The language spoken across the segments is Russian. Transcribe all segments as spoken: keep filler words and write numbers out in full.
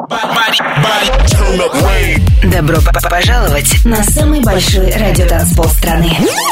Добро пожаловать на самый большой радиотанцпол страны.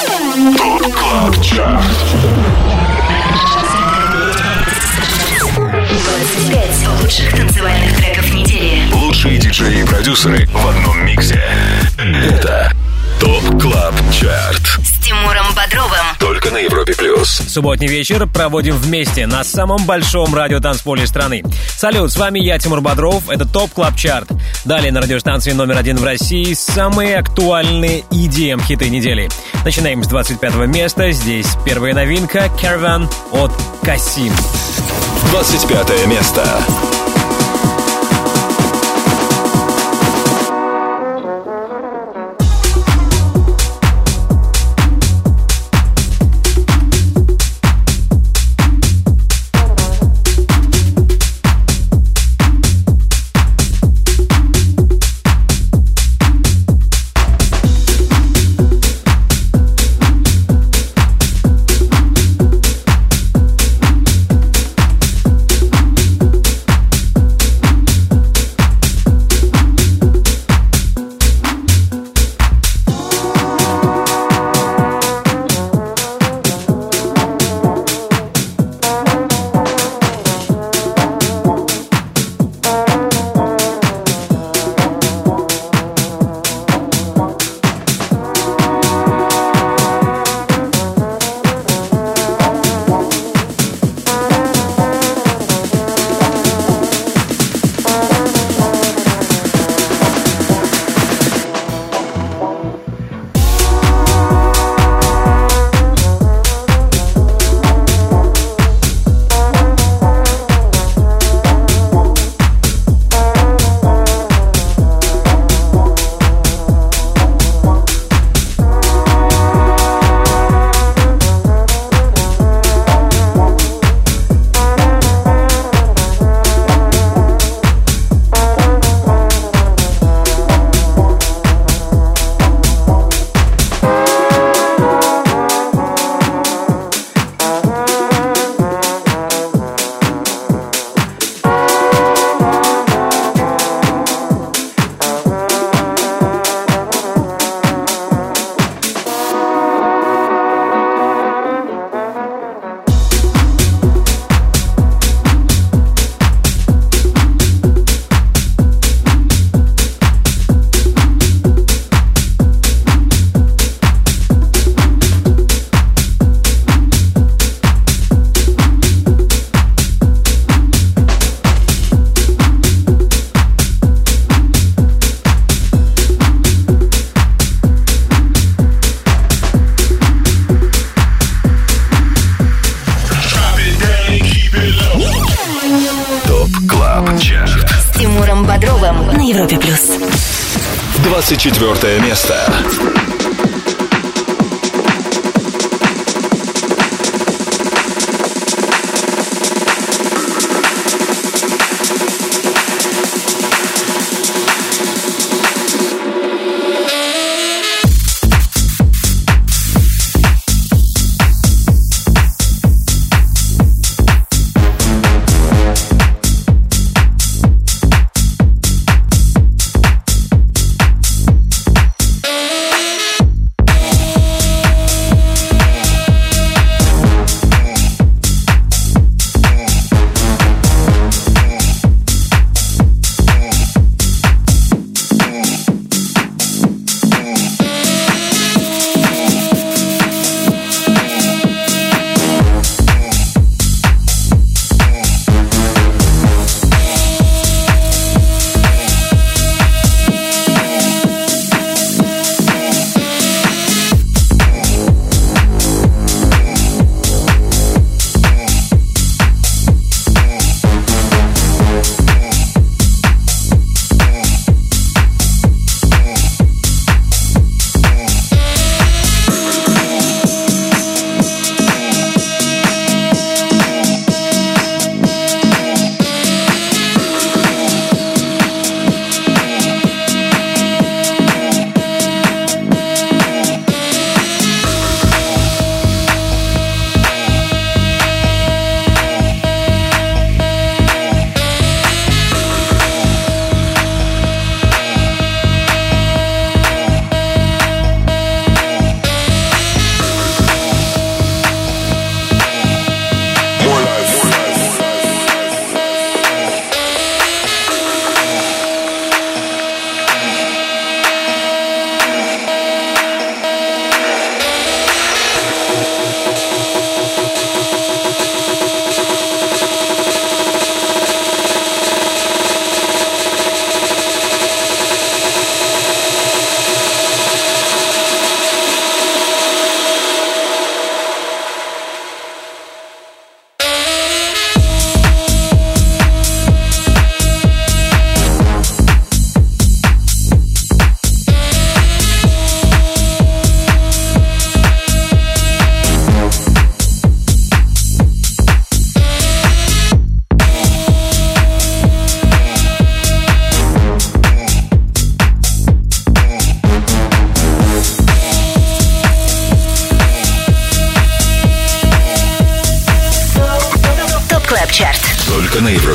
двадцать пять лучших танцевальных треков недели. Лучшие диджеи и продюсеры в одном миксе. Это ТОП Клаб Чарт С Тимуром Бодровым. Только на Европе Плюс. Субботний вечер проводим вместе на самом большом радиотанцполе страны. Салют, с вами я, Тимур Бодров. Это ТОП Клаб Чарт. Далее на радиостанции номер один в России самые актуальные и ди эм-хиты недели. Начинаем с двадцать пятого места. Здесь первая новинка «Caravan» от Касим. двадцать пятое место. двадцать четвертое место.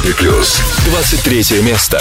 Европе плюс. двадцать третье место.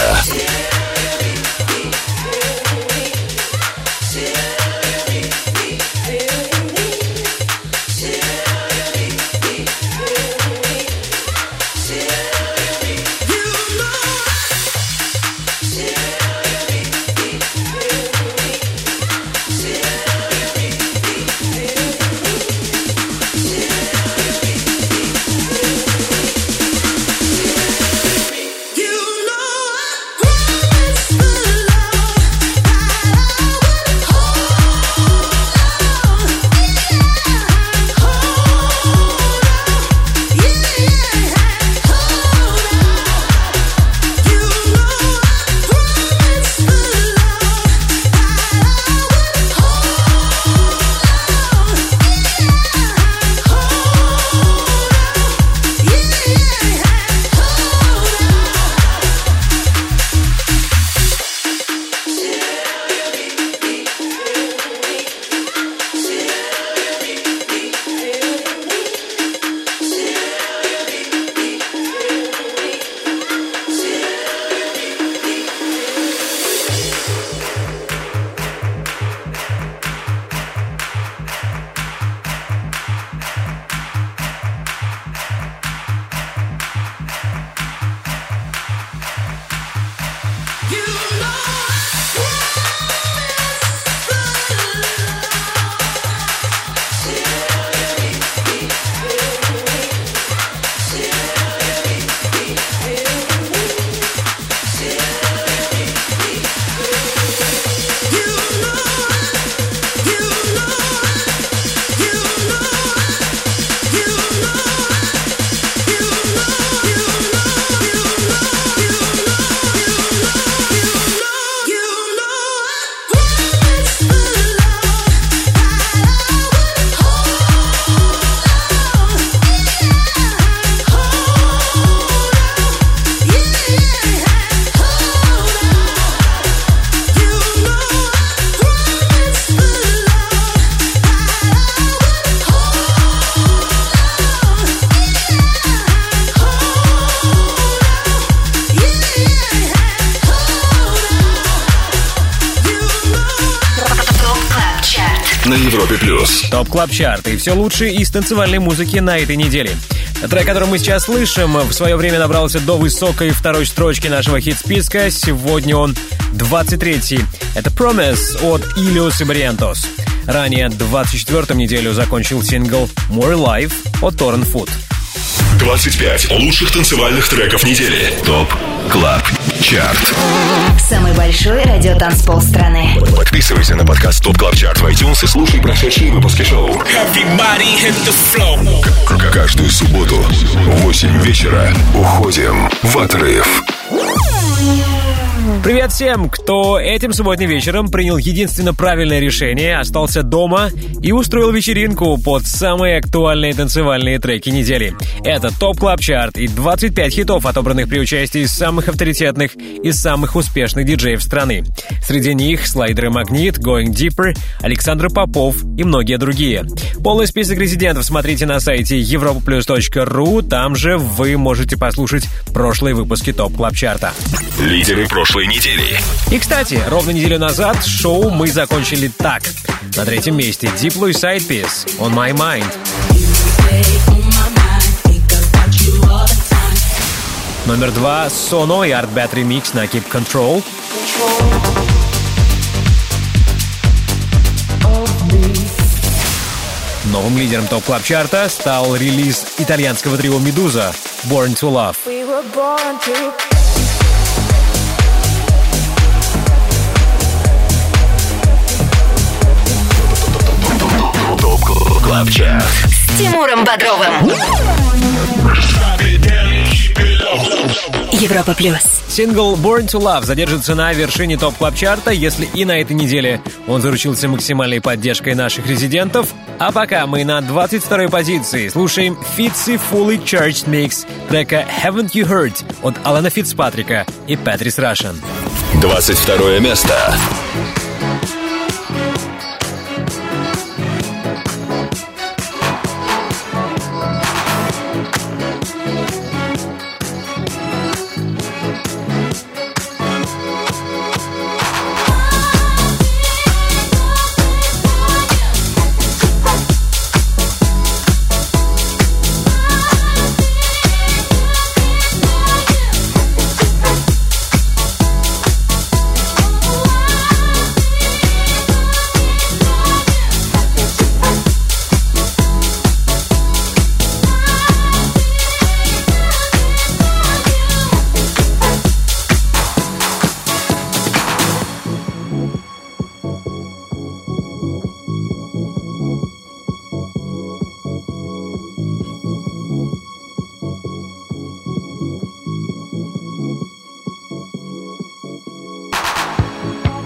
На Европе плюс. Топ Клаб Чарт и все лучшее из танцевальной музыки на этой неделе. Трек, который мы сейчас слышим, в свое время набрался до высокой второй строчки нашего хит-списка. Сегодня он двадцать третий. Это Promise от Ilios и Barrientos. Ранее двадцать четвёртую неделю закончил сингл More Life от Torrent Food. двадцать пять лучших танцевальных треков недели. Топ Клаб Чарт. Самый большой радиотанцпол страны. Подписывайся на подкаст Топ Клаб Чарт в iTunes и слушай прошедшие выпуски шоу. К- Каждую субботу в восемь вечера уходим в отрыв. Привет всем, кто этим субботним вечером принял единственно правильное решение, остался дома и устроил вечеринку под самые актуальные танцевальные треки недели. Это ТОП Клаб Чарт и двадцать пять хитов, отобранных при участии самых авторитетных и самых успешных диджеев страны. Среди них Слайдер и Магнит, Going Deeper, Александр Попов и многие другие. Полный список резидентов смотрите на сайте европа плюс точка ру, там же вы можете послушать прошлые выпуски ТОП Клаб Чарта. Лидеры прошлой недели. И, кстати, ровно неделю назад шоу мы закончили так. На третьем месте Diplo и Side Piece On My Mind. Номер два Соно и Art Bat Remix на Keep Control. Новым лидером ТОП Клаб Чарта стал релиз итальянского трио Медуза Born to Love. Клаб Чарт С Тимуром Бодровым. Европа плюс. Сингл Born to Love задержится на вершине ТОП Клаб Чарта, если и на этой неделе он заручился максимальной поддержкой наших резидентов. А пока мы на двадцать второй позиции слушаем Fitzy Fully Charged Mix трека Haven't You Heard от Алана Фицпатрика и Patrice Rushen. двадцать второе место.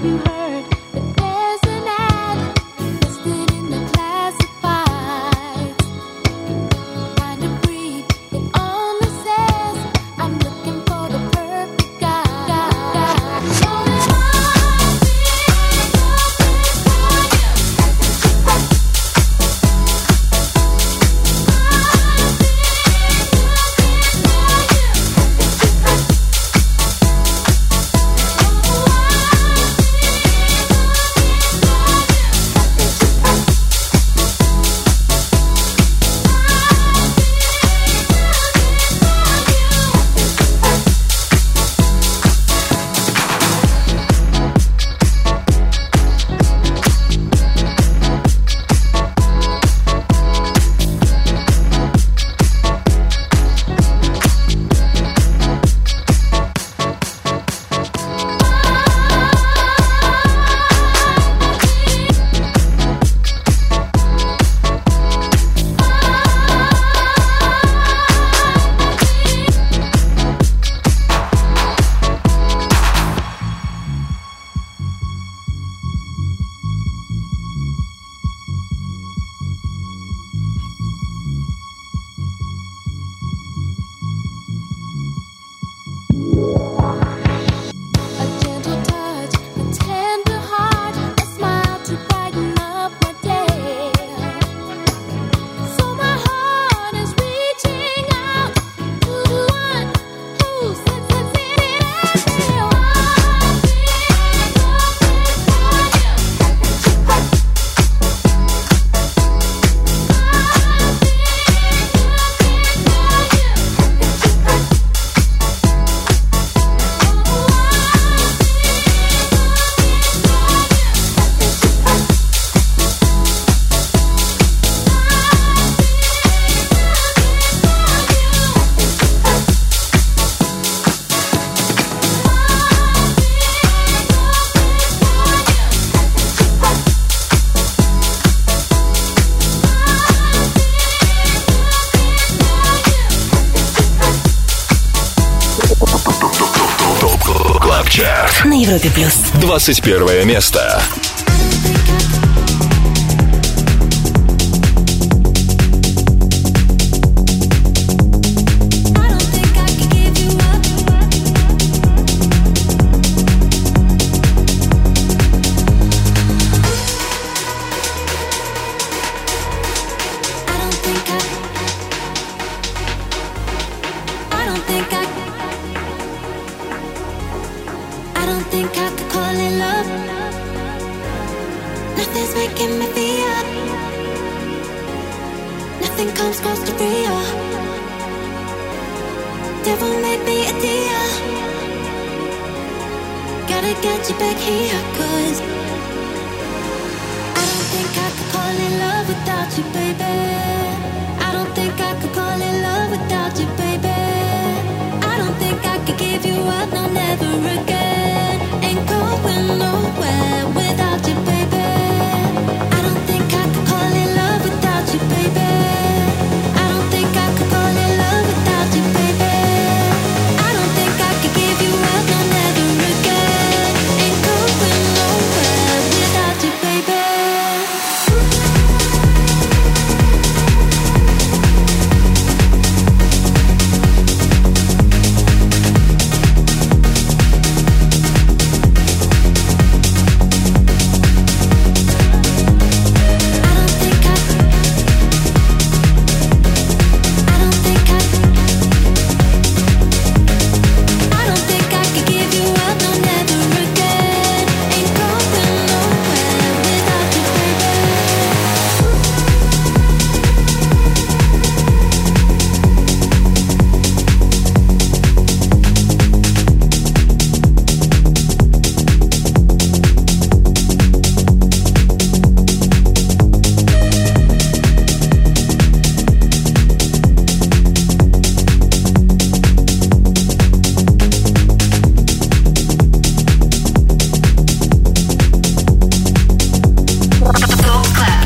На Европе плюс. двадцать первое место.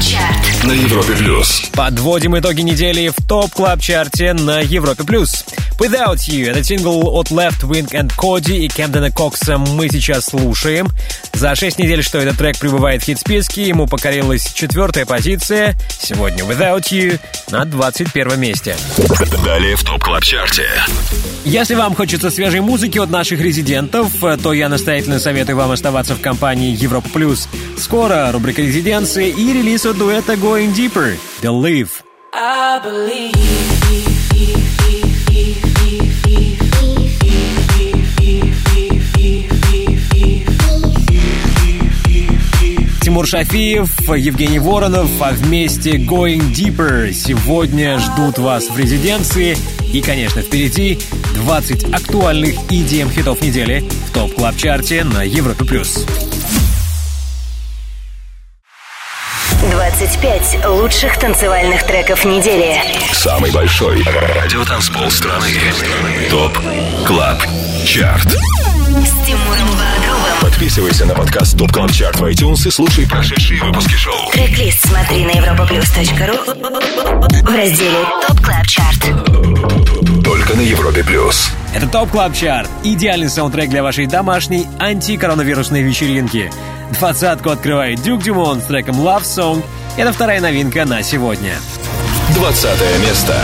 Подводим итоги недели в ТОП Клаб Чарте на Европе плюс. Without You. Это сингл от Left Wing and Cody и Кэмдена Кокса мы сейчас слушаем. За шесть недель, что этот трек пребывает в хит-списке, ему покорилась четвертая позиция. Сегодня Without You на двадцать первом месте. Далее в ТОП Клаб Чарте. Если вам хочется свежей музыки от наших резидентов, то я настоятельно советую вам оставаться в компании Европа Плюс. Скоро рубрика «Резиденции» и релиз от дуэта Going Deeper — The Live. I believe. Тимур Шафиев, Евгений Воронов, а вместе Going Deeper сегодня ждут вас в резиденции. И, конечно, впереди двадцать актуальных и ди эм-хитов недели в ТОП Клаб Чарте на Европе+. двадцать пять лучших танцевальных треков недели. Самый большой радиотанцпол страны. ТОП Клаб Чарт. С Тимуром Бодровым. Подписывайся на подкаст ТОП Клаб Чарт в iTunes и слушай прошедшие выпуски шоу. Трек-лист смотри на европаплюс точка ру в разделе ТОП Клаб Чарт. Только на Европе Плюс. Это ТОП Клаб Чарт. Идеальный саундтрек для вашей домашней антикоронавирусной вечеринки. Двадцатку открывает Дюк Дюмон с треком Love Song. Это вторая новинка на сегодня. Двадцатое место.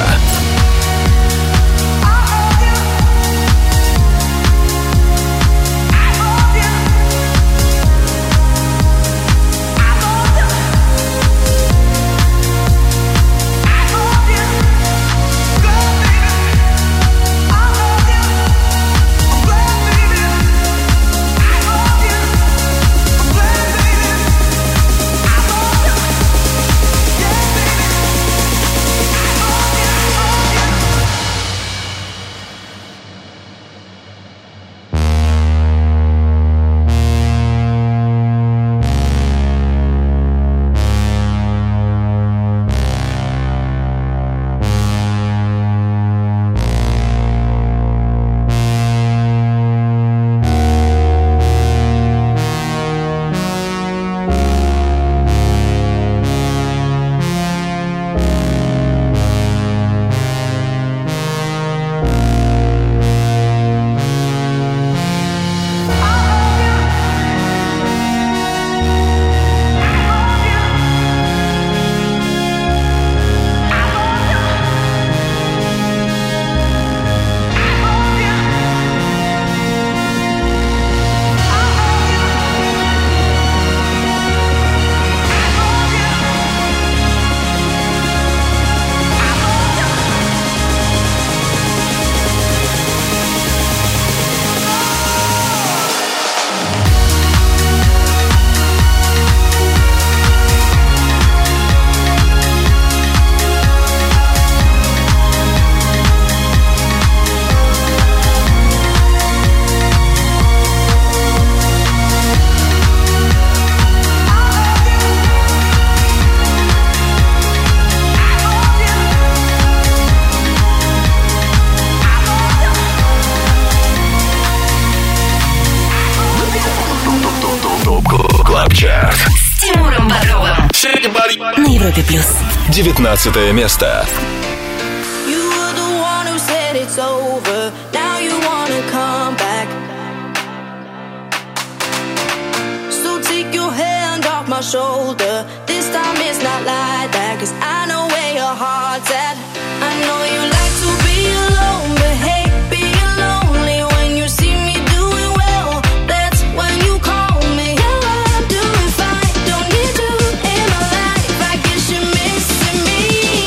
На Европе Плюс. девятнадцатое место. Shoulder. This time it's not like that, 'cause I know where your heart's at. I know you like to be alone, but hey, being lonely when you see me doing well, that's when you call me. Yeah, I'm doing fine, don't need you in my life. I guess you're missing me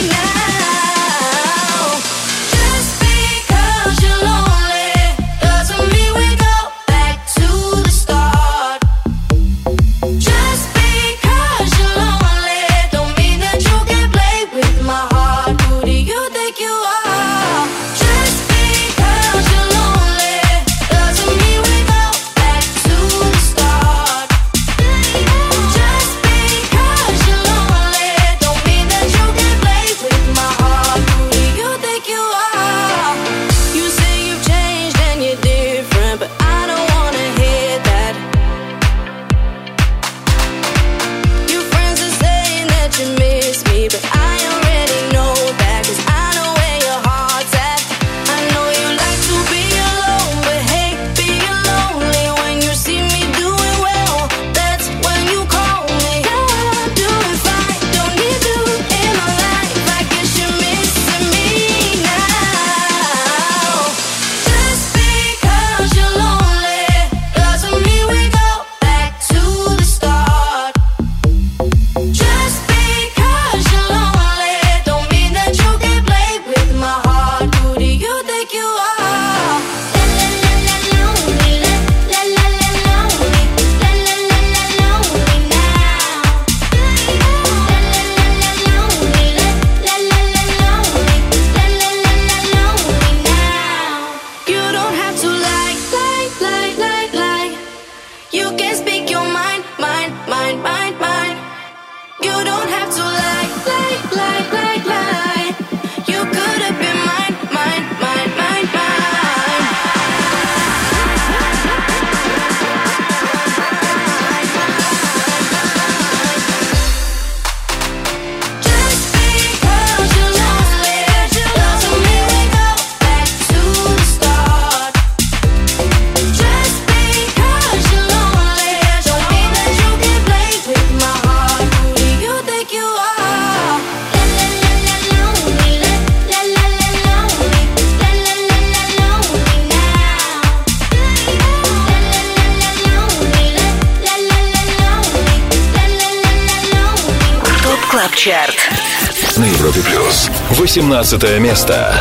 now. Just because you're lonely doesn't mean we go back to the start. Just You can speak your mind, mind, mind, mind, mind. You don't have to lie, lie, lie, lie, lie. You could have been mine, mine, mine, mine, mine. Just because you're lonely doesn't mean we go back to the start. Just because you're lonely don't mean that you can play with my heart. Who do you think you are? La la la la lonely, la la la la lonely, la la la la lonely now. La la la la lonely, la la la la lonely, la la la la lonely. ТОП Клаб Чарт. На Европе Плюс. восемнадцатое место.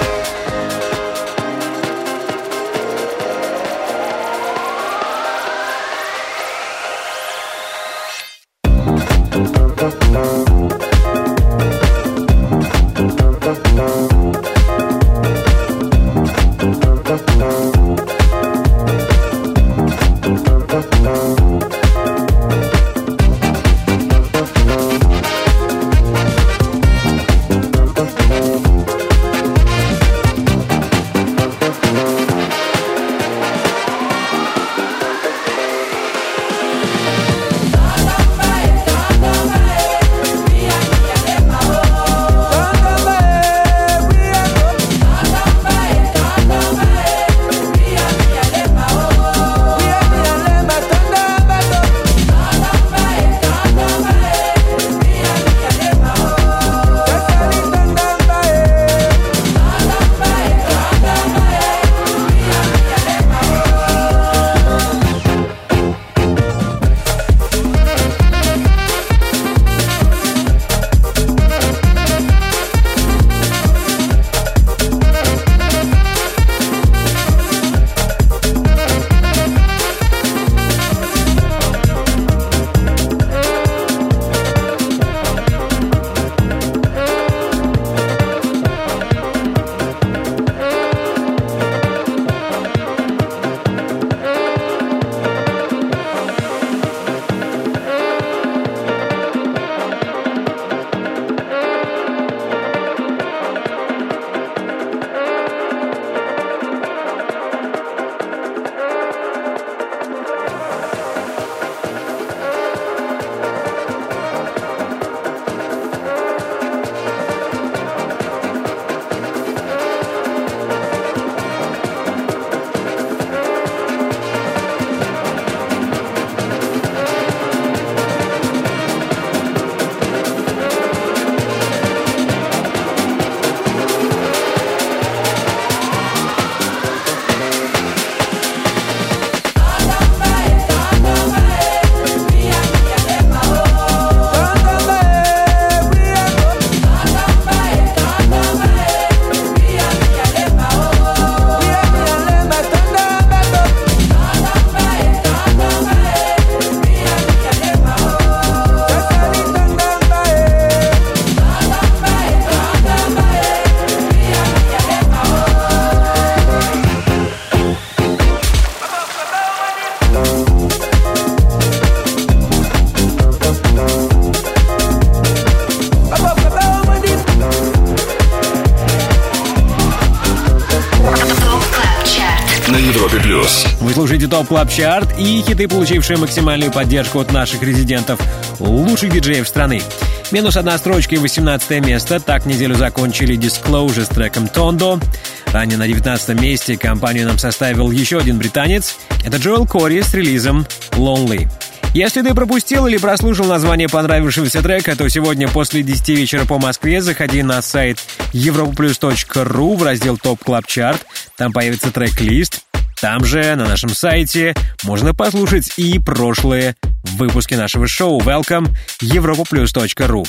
Вы слушаете ТОП Клаб Чарт и хиты, получившие максимальную поддержку от наших резидентов, лучших диджеев страны. Минус одна строчка и восемнадцатое место. Так неделю закончили Disclosure с треком Tondo. Ранее на девятнадцатом месте компанию нам составил еще один британец. Это Джоэл Кори с релизом Lonely. Если ты пропустил или прослушал название понравившегося трека, то сегодня после десяти вечера по Москве заходи на сайт европа плюс точка ру в раздел ТОП Клаб Чарт. Там появится трек-лист. Там же, на нашем сайте, можно послушать и прошлые выпуски нашего шоу. Welcome, европа плюс точка ру.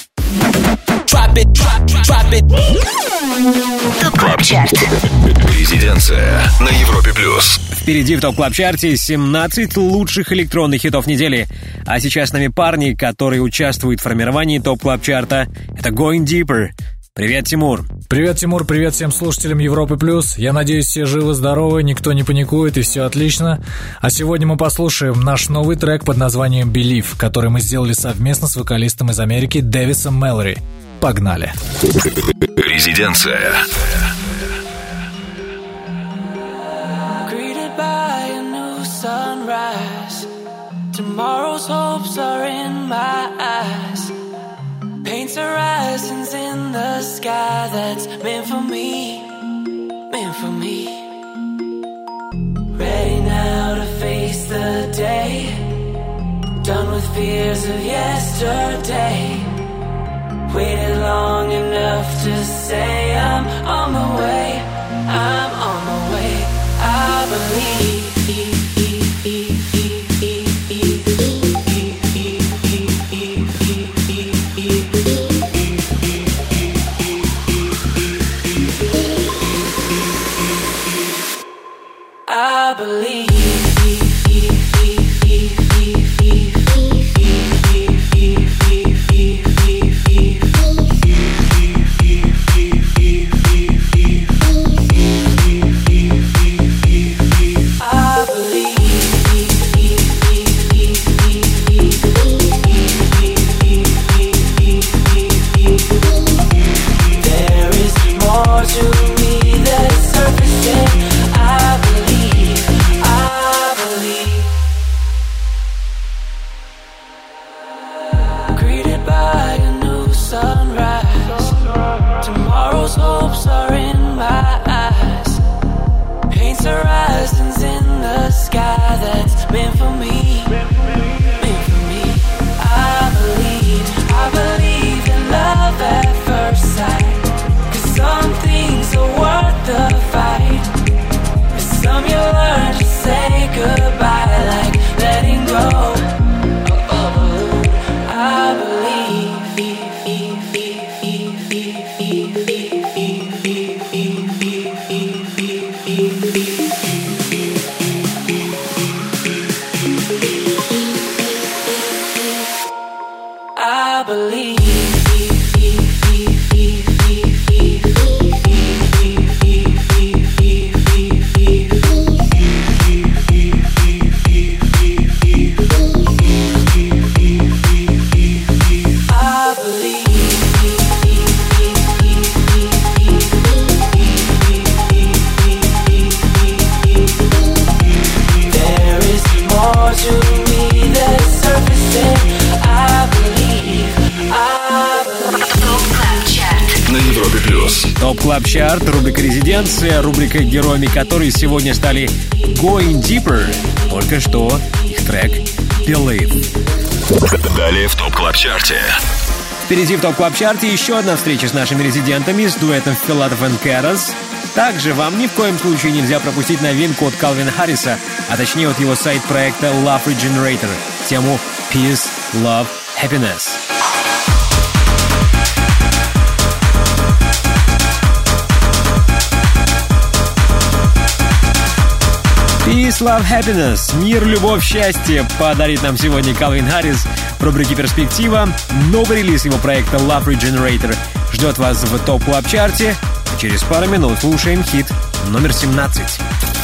ТОП Клаб Чарт. Резиденция на Европе Плюс. Впереди в ТОП Клаб Чарте семнадцать лучших электронных хитов недели. А сейчас с нами парни, которые участвуют в формировании ТОП Клаб Чарта. Это Going Deeper, Привет, Тимур. Привет, Тимур, привет всем слушателям Европы Плюс. Я надеюсь, все живы-здоровы, никто не паникует и все отлично. А сегодня мы послушаем наш новый трек под названием «Believe», который мы сделали совместно с вокалистом из Америки Дэвисом Мэлори. Погнали. Резиденция. Tomorrow's hopes are in my eyes. Paints horizons in the sky that's meant for me, meant for me. Ready now to face the day. Done with fears of yesterday. Waited long enough to say I'm on my way. I'm on my way. I believe. I believe. Топ Клаб Чарт, рубрика «Резиденция», рубрика, героями которой сегодня стали Going Deeper. Только что их трек Believe. Далее в Топ Клаб Чарте. Впереди в Топ Клаб Чарте еще одна встреча с нашими резидентами, с дуэтом Филатов и Кэрос. Также вам ни в коем случае нельзя пропустить новинку от Калвина Харриса, а точнее от его сайт-проекта Love Regenerator, тему Peace, Love, Happiness. Peace, Love, Happiness. Мир, любовь, счастье подарит нам сегодня Калвин Харрис в рубрике «Перспектива». Новый релиз его проекта Love Regenerator ждет вас в Топ Клаб Чарте. А через пару минут слушаем хит номер семнадцать.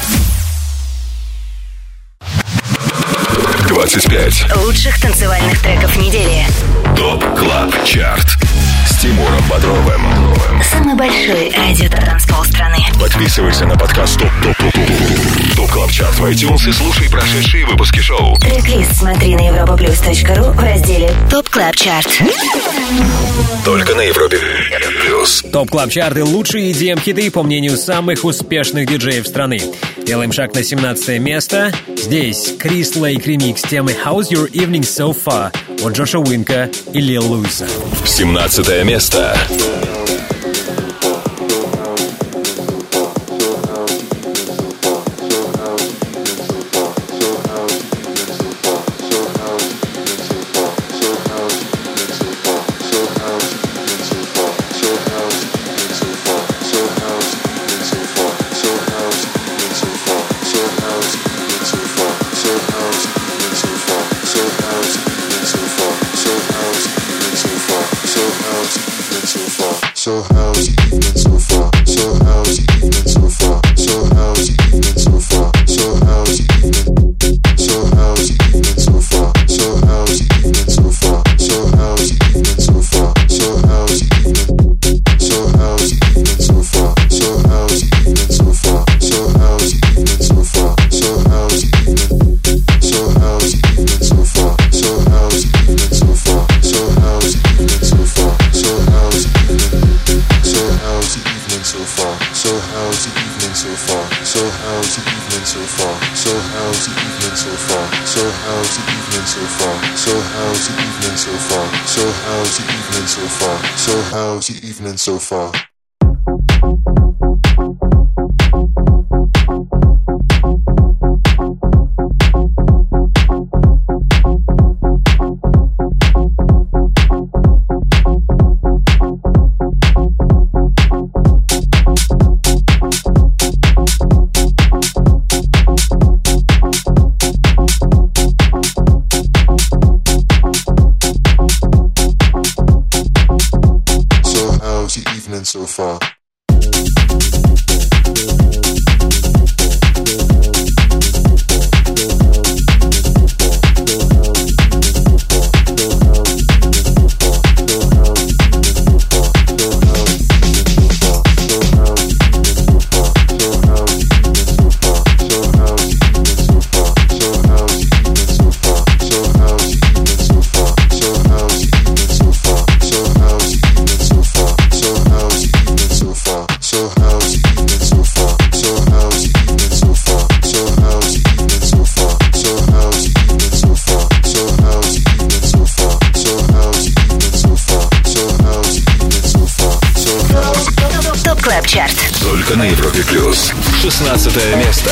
двадцать пять лучших танцевальных треков недели. Топ Клаб Чарт с Тимуром Бодровым. Самый большой радио-транспол страны. Подписывайся на подкаст Топ Топ Топ Топ Клаб Чарт в iTunes и слушай прошедшие выпуски шоу. Трек-лист смотри на европаплюс точка ру в разделе Топ Клаб Чарт. Только на Европе Плюс. Топ Клаб Чарты — лучшие и ди эм-хиты по мнению самых успешных диджеев страны. Делаем шаг на семнадцатое место. Здесь Крис Лейк ремикс темы How's Your Evening So Far от Джоша Уинка и Лил Луиса. семнадцатое место. So far, so far, so far, so far. So how's the evening so far? So how's the evening so far? So how's the evening so far? So how's the evening? So how's the evening so far? So how's the evening so far? So how's the evening so far? So how's the evening? So how's the evening so far? So how's the evening so far? So how's the evening so far? So how's the evening? So how's the evening so far? So how's the evening so far? So how's the evening so far? So how's the evening? So how's the evening so far? So how's the evening so far? So how's the evening so far? So how's the evening so far? So how's the evening so far? So how's the evening so far? So how's the evening so far? So how's the evening so far? So far. Только на Европе Плюс. шестнадцатое место.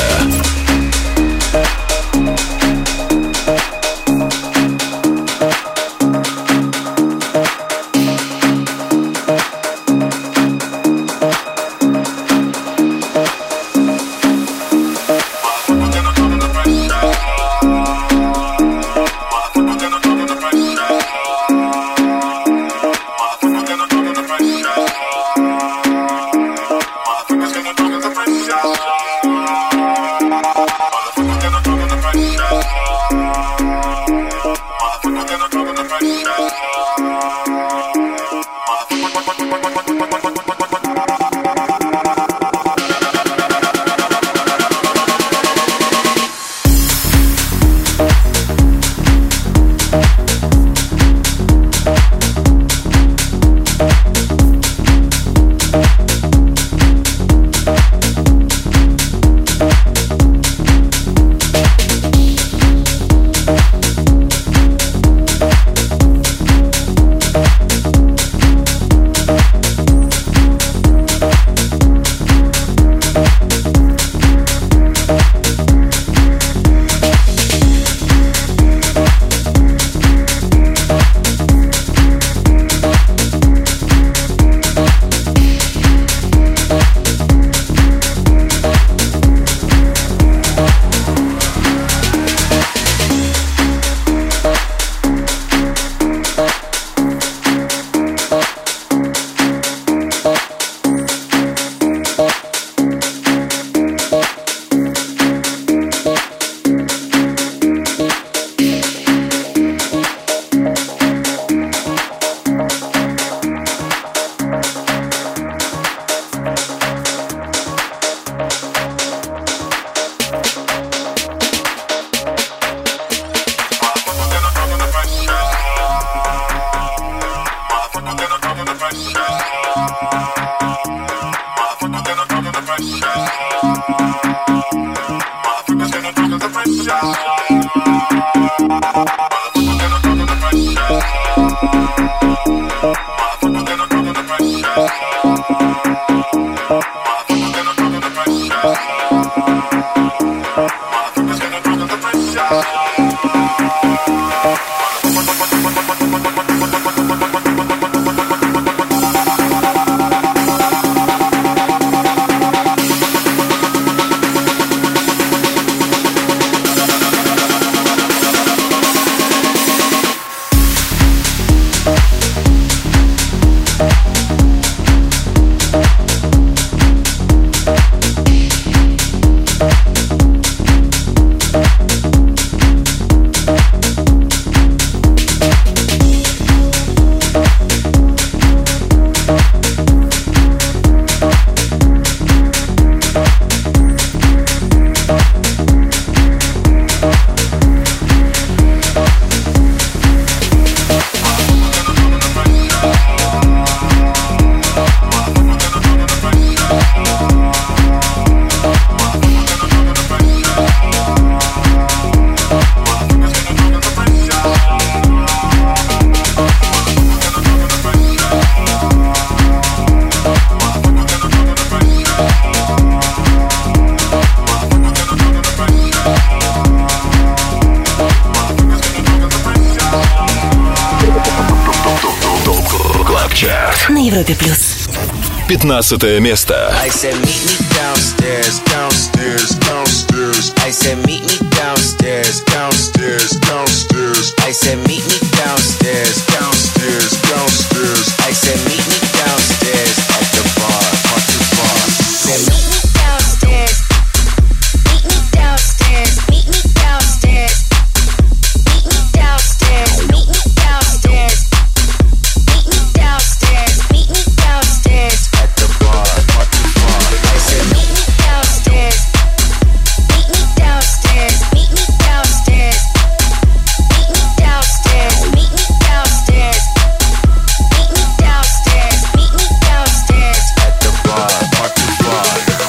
на Европе плюс. пятнадцатое место. I said meet me downstairs, downstairs, downstairs. I said meet me downstairs, downstairs, downstairs. I said meet me downstairs, downstairs, downstairs. I said meet me downstairs at the bar, not too far. Said meet me downstairs, meet me downstairs, meet me downstairs, meet me downstairs, meet me downstairs, meet me downstairs, meet me downstairs at the bar, not too far. I said meet me downstairs, meet me downstairs, meet me downstairs, meet me downstairs, meet me downstairs, meet me downstairs, meet me downstairs at the bar, not too far.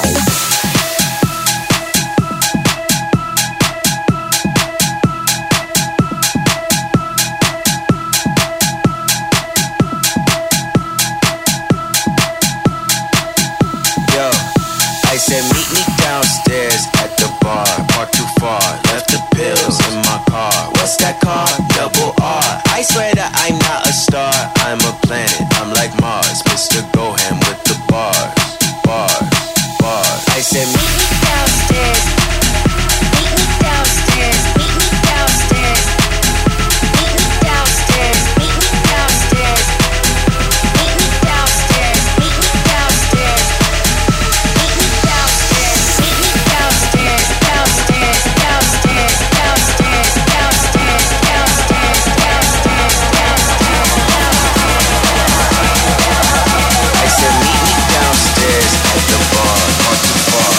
Yo, I said meet me downstairs at the bar, park too far, left the pills in my car. What's that car? Double R. I swear that I'm not a star, I'm a planet, I'm like Mars, Mister Goham with the bars, bars, bars. I said meet me downstairs, meet me downstairs, meet me downstairs, meet me downstairs, meet me downstairs, meet me downstairs, meet me downstairs. Meet me downstairs, meet me downstairs, downstairs, downstairs, downstairs, downstairs, downstairs, downstairs, downstairs. I said meet me downstairs at the bar, not too far.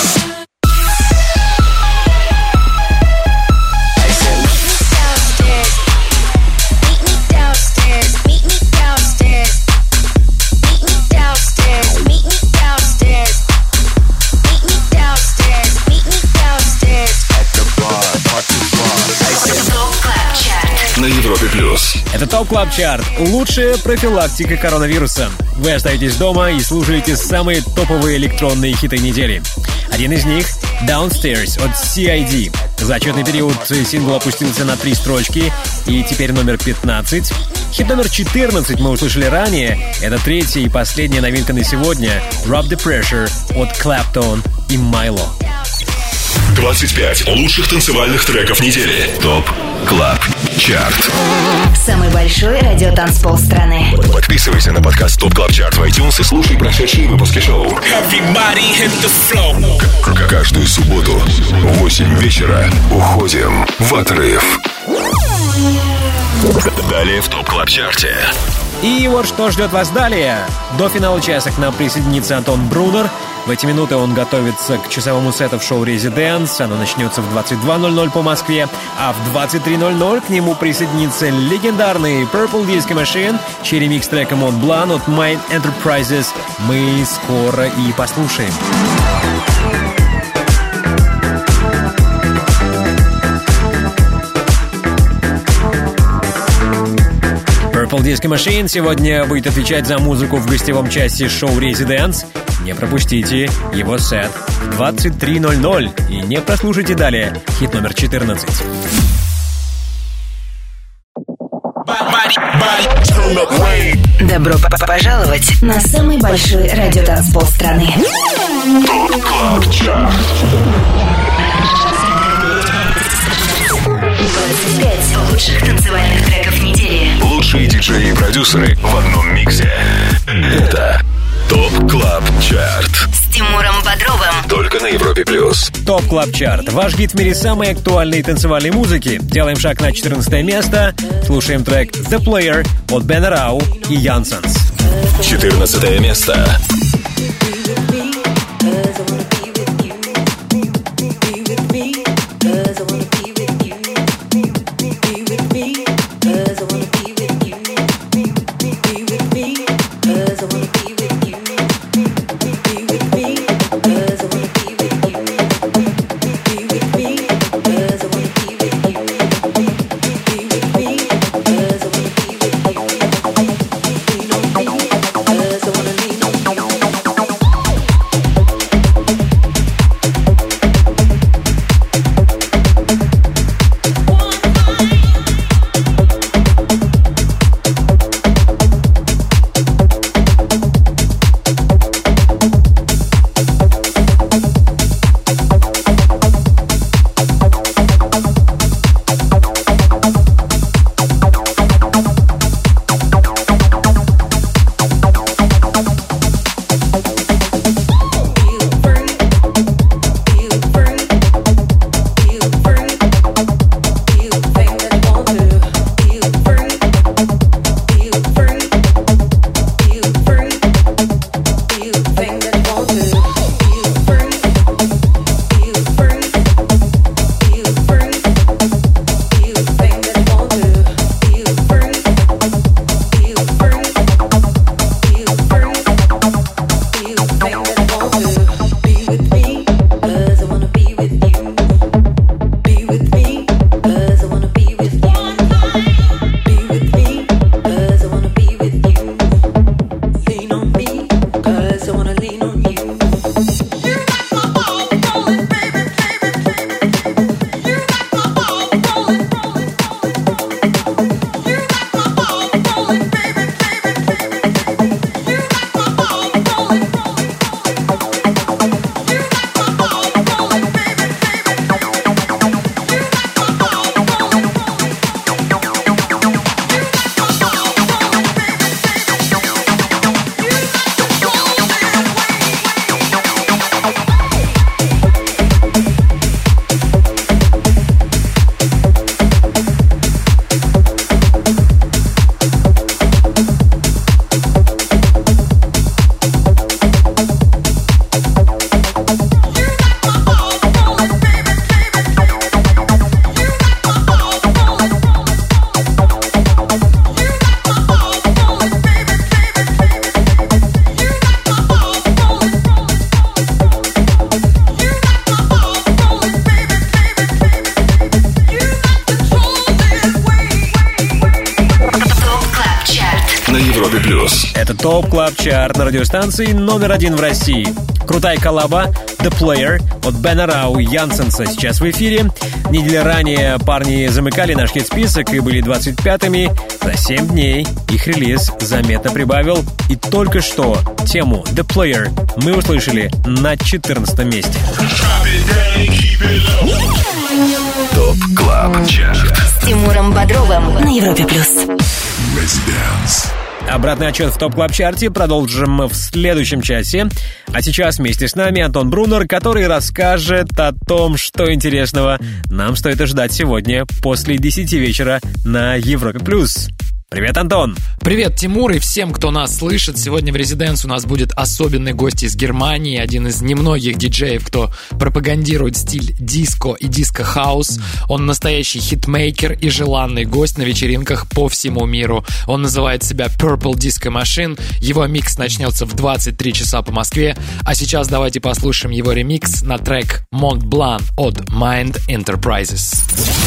I said meet me downstairs, meet me downstairs, meet me downstairs, meet me downstairs, meet me downstairs. Meet me downstairs, meet me downstairs at the bar, not too far. I said Топ Клаб Чарт. На Европе плюс. Это ТОП Клаб Чарт. Лучшая профилактика коронавируса. Вы остаетесь дома и слушаете самые топовые электронные хиты недели. Один из них — Downstairs от си ай ди. За отчетный период сингл опустился на три строчки и теперь номер пятнадцать. Хит номер четырнадцать мы услышали ранее. Это третья и последняя новинка на сегодня — Drop the Pressure от Clapton и Milo. двадцать пять лучших танцевальных треков недели. ТОП Клаб Чарт. Самый большой радиотанцпол страны. Подписывайся на подкаст ТОП Клаб Чарт в iTunes и слушай прошедшие выпуски шоу. К- Каждую субботу в восемь вечера уходим в отрыв. Далее в ТОП Клаб Чарте. И вот что ждет вас далее. До финала часа к нам присоединится Антон Брунер. В эти минуты он готовится к часовому сету в шоу «Резиденс». Оно начнется в двадцать два ноль ноль по Москве. А в двадцать три ноль ноль к нему присоединится легендарный Purple Disco Machine, чей ремикс трека Mont Blanc от Mind Enterprises. Мы скоро и послушаем. Purple Disco Machine сегодня будет отвечать за музыку в гостевом части шоу «Резиденс». Не пропустите его сет в двадцать три ноль ноль и не прослушайте далее хит номер четырнадцать. Добро п- пожаловать на самый большой радиотанцпол страны. двадцать пять лучших танцевальных треков недели. Лучшие диджеи и продюсеры в одном миксе. Это ТОП Клаб Чарт. С Тимуром Бодровым. Только на Европе плюс. ТОП Клаб Чарт. Ваш гид в мире самой актуальной танцевальной музыки. Делаем шаг на четырнадцатое место. Слушаем трек The Player от Бена Рау и Янсенс. четырнадцатое место. Cause I wanna Это ТОП Клаб Чарт на радиостанции номер один в России. Крутая коллаба The Player от Бена Рау и Янсенса сейчас в эфире. Неделю ранее парни замыкали наш хит-список и были двадцать пятыми. За семь дней их релиз заметно прибавил. И только что тему The Player мы услышали на четырнадцатом месте. ТОП Клаб Чарт С Тимуром Бодровым на Европе плюс. Обратный отчет в ТОП Клаб Чарте продолжим в следующем часе. А сейчас вместе с нами Антон Брунер, который расскажет о том, что интересного нам стоит ожидать сегодня после десяти вечера на Европе плюс. Привет, Антон! Привет, Тимур, и всем, кто нас слышит. Сегодня в Резиденс у нас будет особенный гость из Германии, один из немногих диджеев, кто пропагандирует стиль диско и диско-хаус. Он настоящий хитмейкер и желанный гость на вечеринках по всему миру. Он называет себя Purple Disco Machine. Его микс начнется в двадцать три часа по Москве. А сейчас давайте послушаем его ремикс на трек Mont Blanc от Mind Enterprises.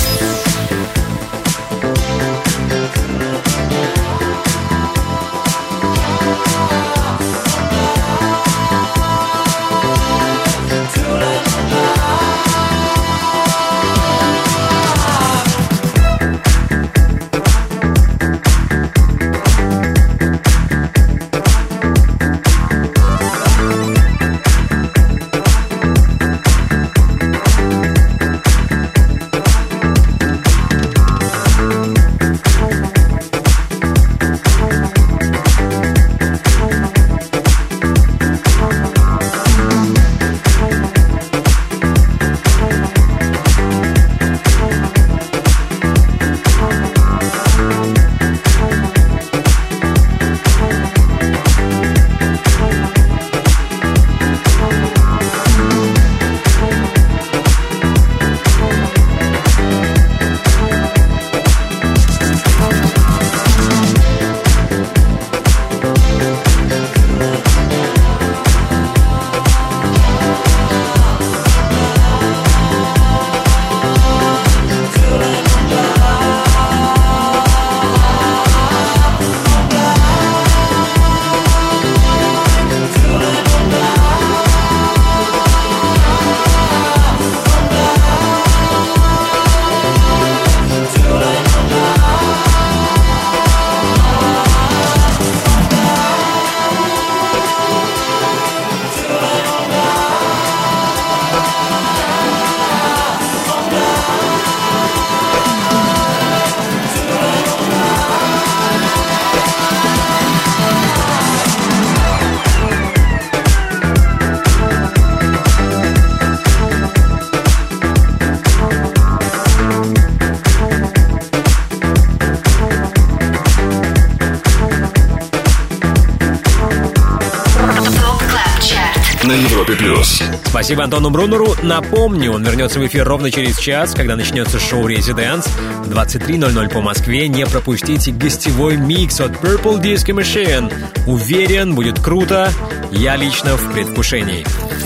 на Европе плюс. Спасибо Антону Брунеру. Напомню, он вернется в эфир ровно через час, когда начнется шоу «Резиденс» в двадцать три ноль ноль по Москве. Не пропустите гостевой микс от Purple Disco Machine. Уверен, будет круто. Я лично в предвкушении.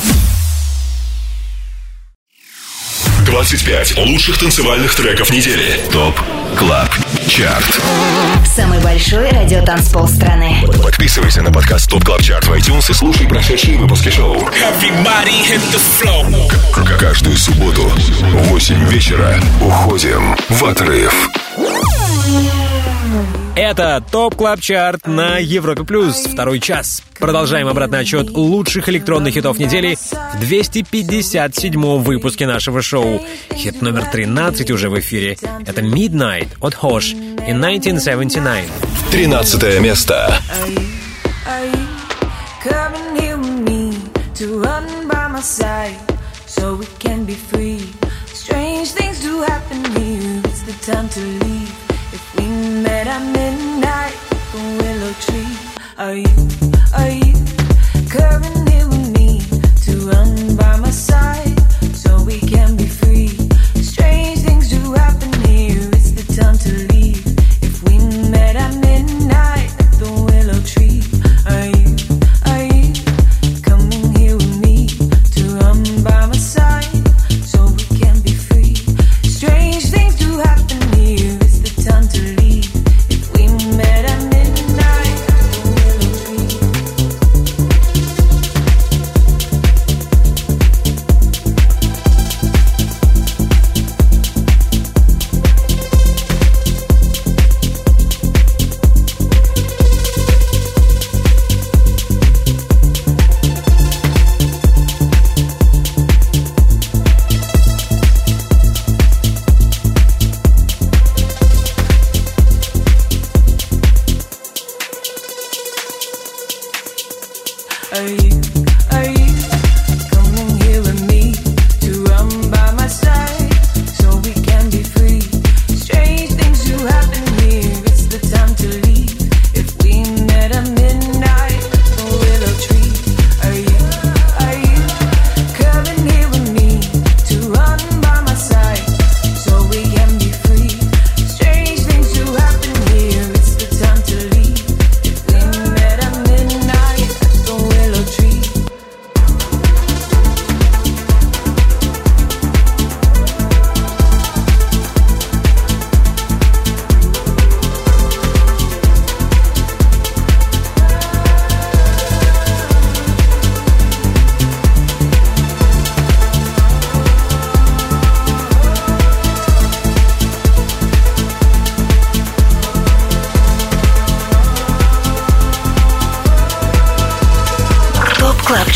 двадцать пять лучших танцевальных треков недели. ТОП Клаб Чарт. Самый большой радиотанцпол страны. Подписывайся на подкаст ТОП Клаб Чарт в iTunes и слушай прошедшие выпуски шоу. Каждую субботу в восемь вечера уходим в отрыв. Это ТОП Клаб Чарт на Европе плюс. Второй час. Продолжаем обратный отчет лучших электронных хитов недели в двести пятьдесят седьмом выпуске нашего шоу. Хит номер тринадцать уже в эфире. Это Midnight от Hosh in nineteen seventy-nine. Тринадцатое место. Met at midnight, the willow tree. Are you, are you coming here with me to run by my side so we can be free? Strange things do happen here, it's the time to leave. If we met at midnight at the willow tree, are you, are you coming here with me to run by my side so we can be free? Strange things do happen here, it's the time to leave. Met at midnight, the willow tree.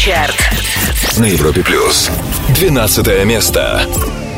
Чарт на Европе плюс. Двенадцатое место.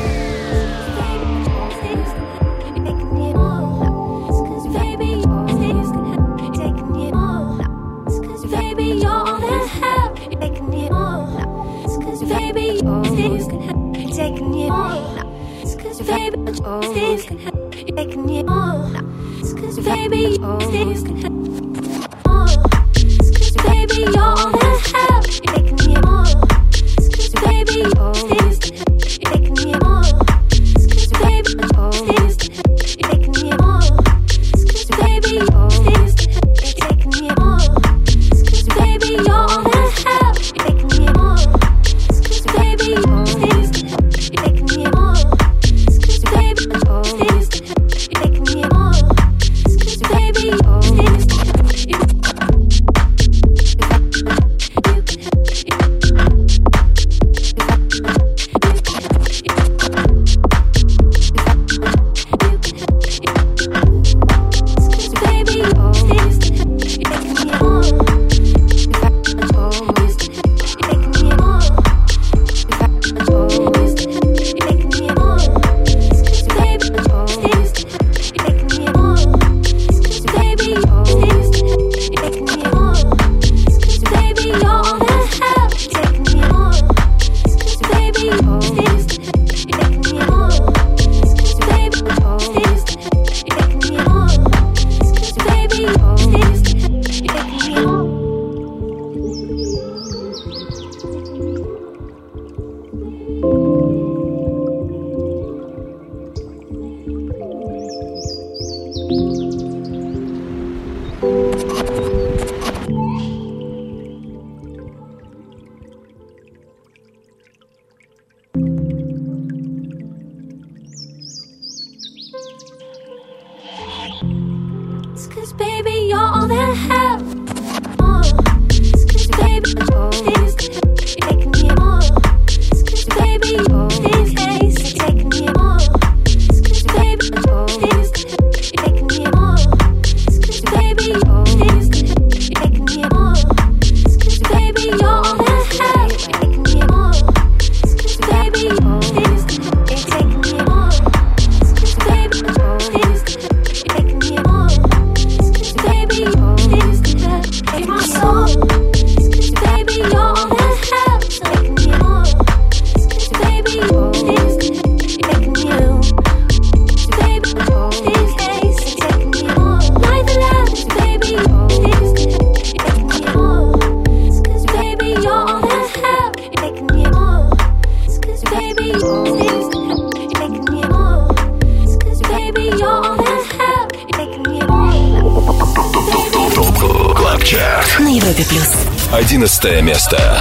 Одиннадцатое место.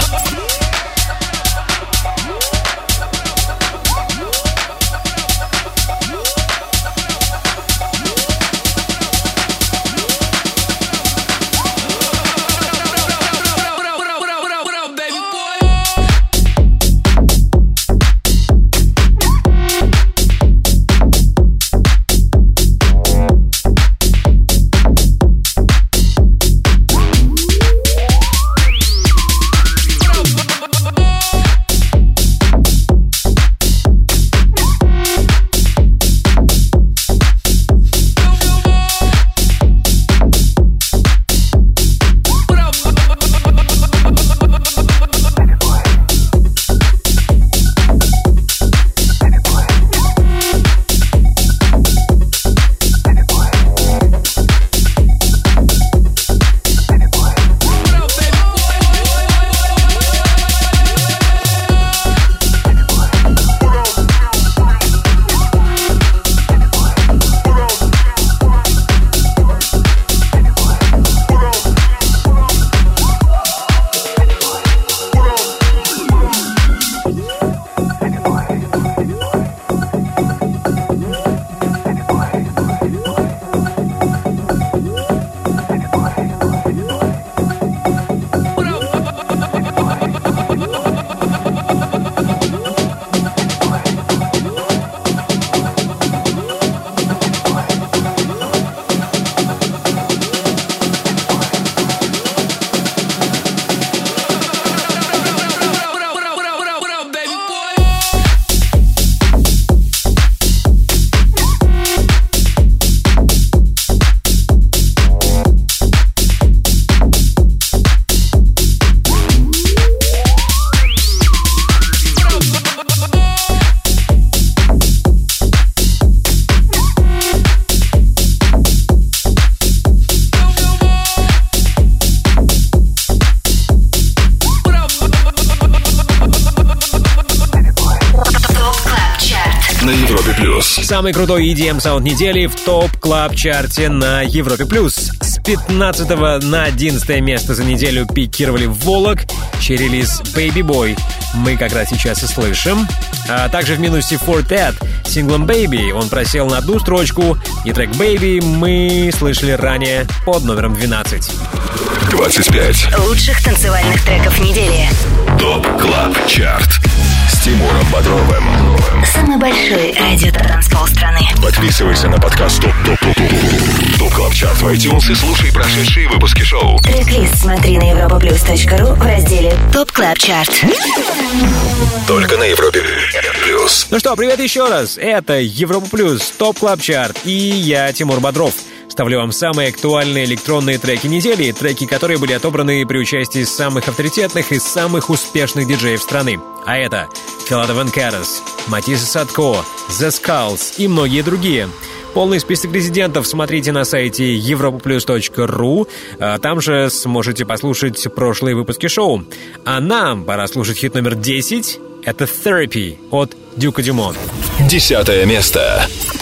Самый крутой и ди эм саунд недели в топ клаб чарте на Европе плюс. С пятнадцатого на одиннадцатое место за неделю пикировали Волок, чей релиз Baby Boy мы как раз сейчас и слышим. А также в минусе Fortet с синглом Baby он просел на одну строчку, и трек Baby мы слышали ранее под номером двенадцать. двадцать пять лучших танцевальных треков недели. топ клаб чарт с Тимуром Бодровым. Самый большой радиотанцпол страны. Подписывайся на подкаст ТОП ТОП ТОП ТОП ТОП КЛАБ ЧАРТ в iTunes и слушай прошедшие выпуски шоу. Трек-лист смотри на европаплюс точка ру в разделе ТОП Клаб Чарт. Только на Европе плюс. Ну что, привет еще раз. Это Европа плюс, топ клаб чарт, и я, Тимур Бодров. Ставлю вам самые актуальные электронные треки недели, треки, которые были отобраны при участии самых авторитетных и самых успешных диджеев страны. А это Филата Венкерас, Матисса Садко, The Skulls и многие другие. Полный список резидентов смотрите на сайте европа плюс точка ру. Там же сможете послушать прошлые выпуски шоу. А нам пора слушать хит номер десять. Это Therapy от Дюка Дюмон. Десятое место.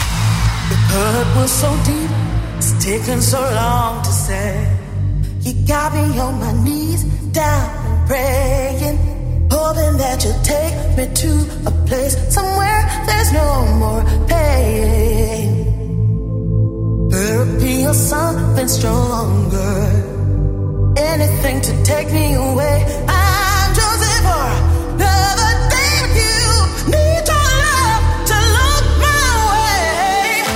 It's taken so long to say. You got me on my knees, down and praying, hoping that you'll take me to a place somewhere there's no more pain. Therapy or something stronger, anything to take me away. I'm choosing for another day with you. Need your love to look my way.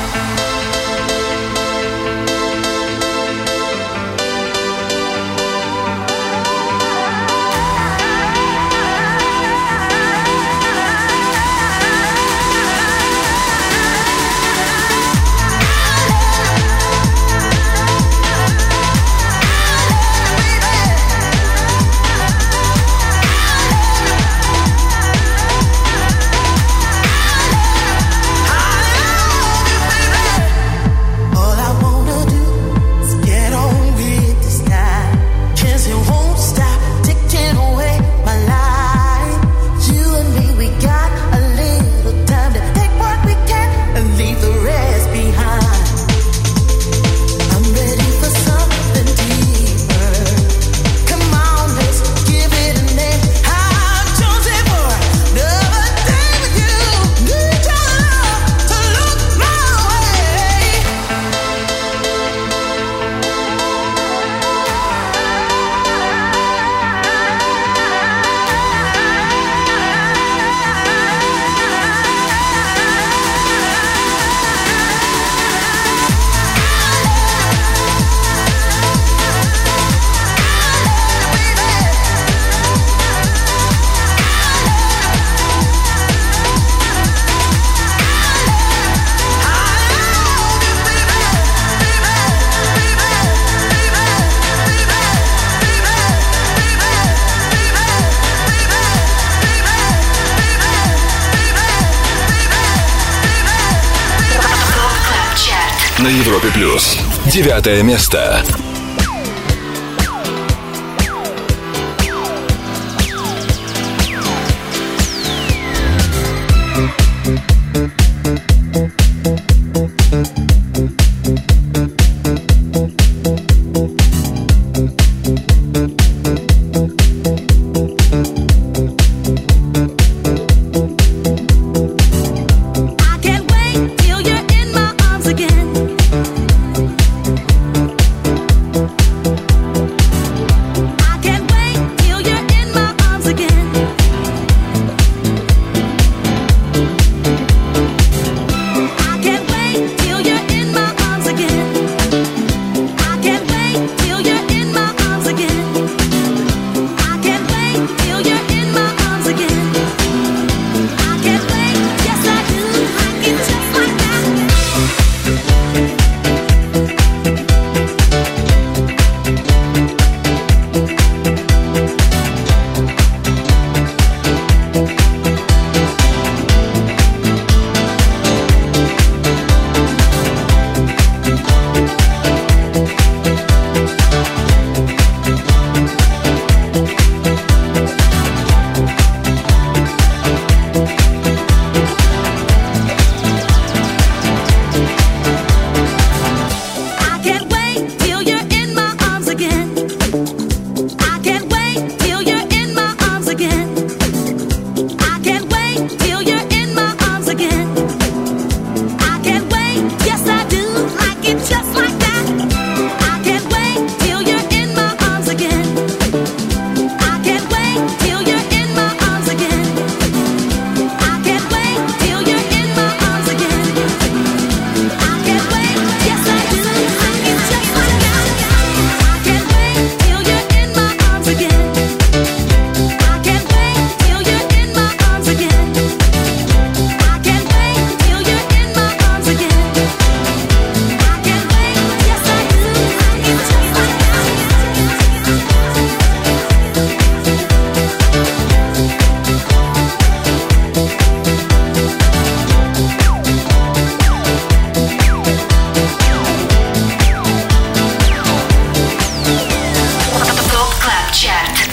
На Европе плюс. Девятое место. Again.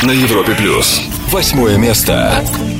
на Европе плюс. Восьмое место.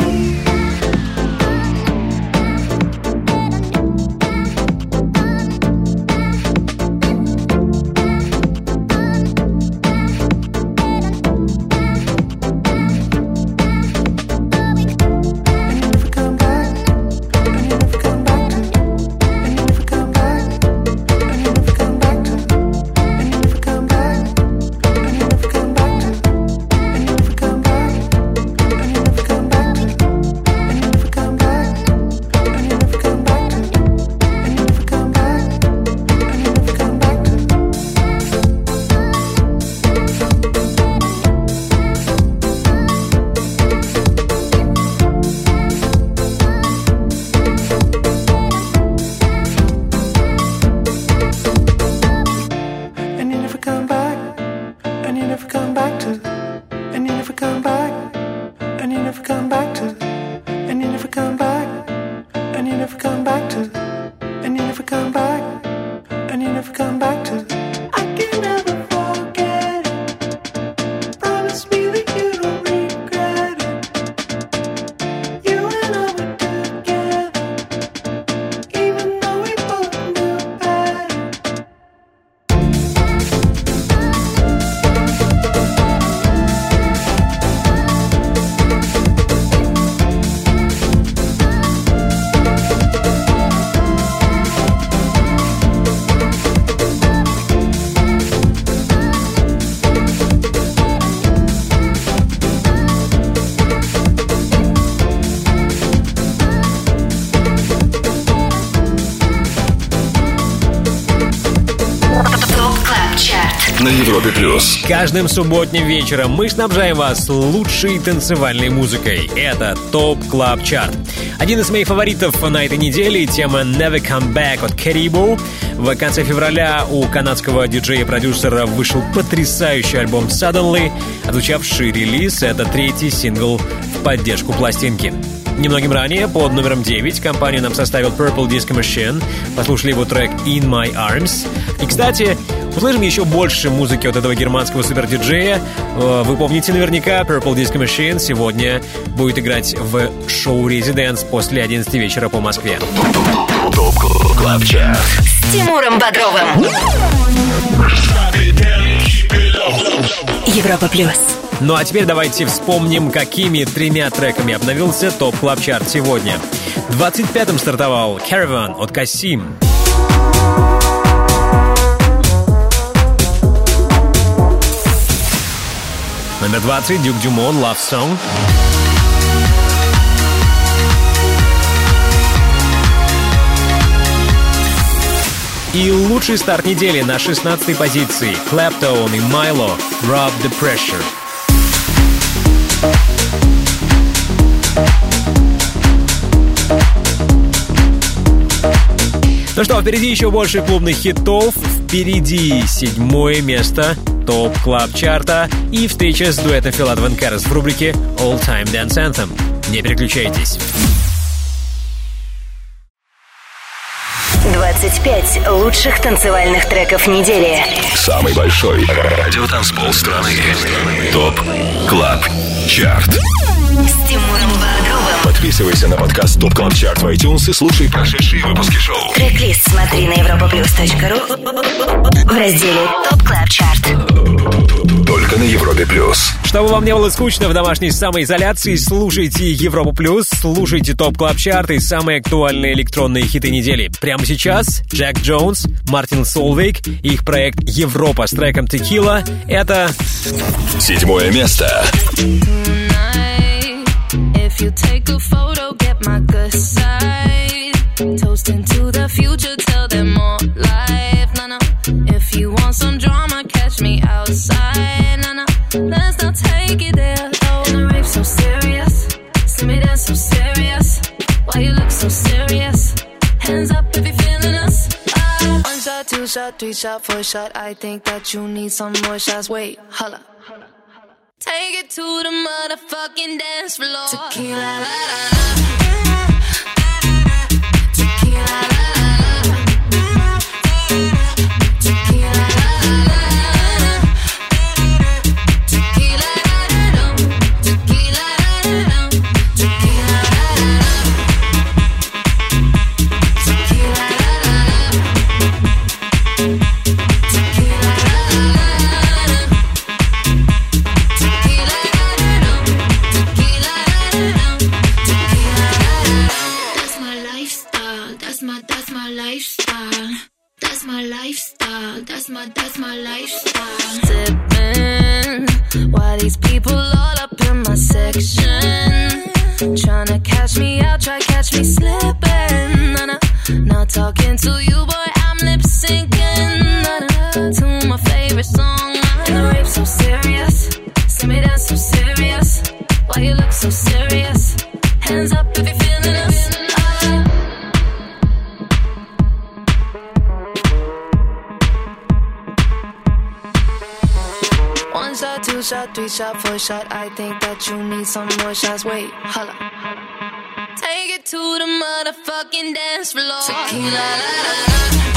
На Европе плюс. Каждым субботним вечером мы снабжаем вас лучшей танцевальной музыкой. Это ТОП Клаб Чарт. Один из моих фаворитов на этой неделе — тема Never Come Back от Caribou. В конце февраля у канадского диджея и продюсера вышел потрясающий альбом Suddenly. Отзвучавший релиз — это третий сингл в поддержку пластинки. Немногим ранее, под номером девять, компанию нам составил Purple Disco Machine. Послушали его трек In My Arms. И, кстати, услышим еще больше музыки от этого германского супердиджея. Вы помните наверняка, Purple Disco Machine сегодня будет играть в шоу Residence после одиннадцати вечера по Москве. ТОП Клаб Чарт с Тимуром Бодровым. Европа плюс. Ну а теперь давайте вспомним, какими тремя треками обновился ТОП Клаб Чарт сегодня. двадцать пятым стартовал Caravan от Касим. Номер двадцать Дюк Дюмон Love Song. И лучший старт недели на шестнадцатой позиции Clapton и Milo Rob the Pressure. Ну что, впереди еще больше клубных хитов. Впереди седьмое место ТОП Клаб Чарта и встреча с дуэтом Филатов и Карас в рубрике All Time Dance Anthem. Не переключайтесь. двадцать пять лучших танцевальных треков недели. Самый большой радиотанцпол страны. ТОП Клаб Чарт. С Тимуром Бодровым. Подписывайся на подкаст ТОП Клаб Чарт в iTunes и слушай прошедшие выпуски шоу. Трек-лист смотри на европаплюс точка ру в разделе ТОП Клаб Чарт. Только на Европе плюс. Чтобы вам не было скучно в домашней самоизоляции, слушайте Европу плюс, слушайте ТОП Клаб Чарт и самые актуальные электронные хиты недели. Прямо сейчас Джек Джонс, Мартин Солвейг и их проект Европа с треком Текила. Это седьмое место. If you take a photo, get my good side. Toasting to the future, tell them more life. No, no. If you want some drama, catch me outside. No, no. Let's not take it there. Oh, the rape so serious. See me dance so serious. Why you look so serious? Hands up if you're feeling us. Ah. One shot, two shot, three shot, four shot. I think that you need some more shots. Wait, holla. Take it to the motherfucking dance floor. Tequila, la, la, la. Tequila, la, la, la. Tequila, la, la, la. Tequila, la, la, la. lifestyle. That's my, that's my lifestyle. Sipping, why these people all up in my section? Tryna catch me out, try catch me slipping. Nah, nah. Not talking to you, boy, I'm lip syncing. Nah, nah. To my favorite song. The rape so serious, see me dance so serious. Why you look so serious? Hands up if you're feeling us. One shot, two shot, three shot, four shot. I think that you need some more shots. Wait, holla. Take it to the motherfucking dance floor. Tequila, la, la, la.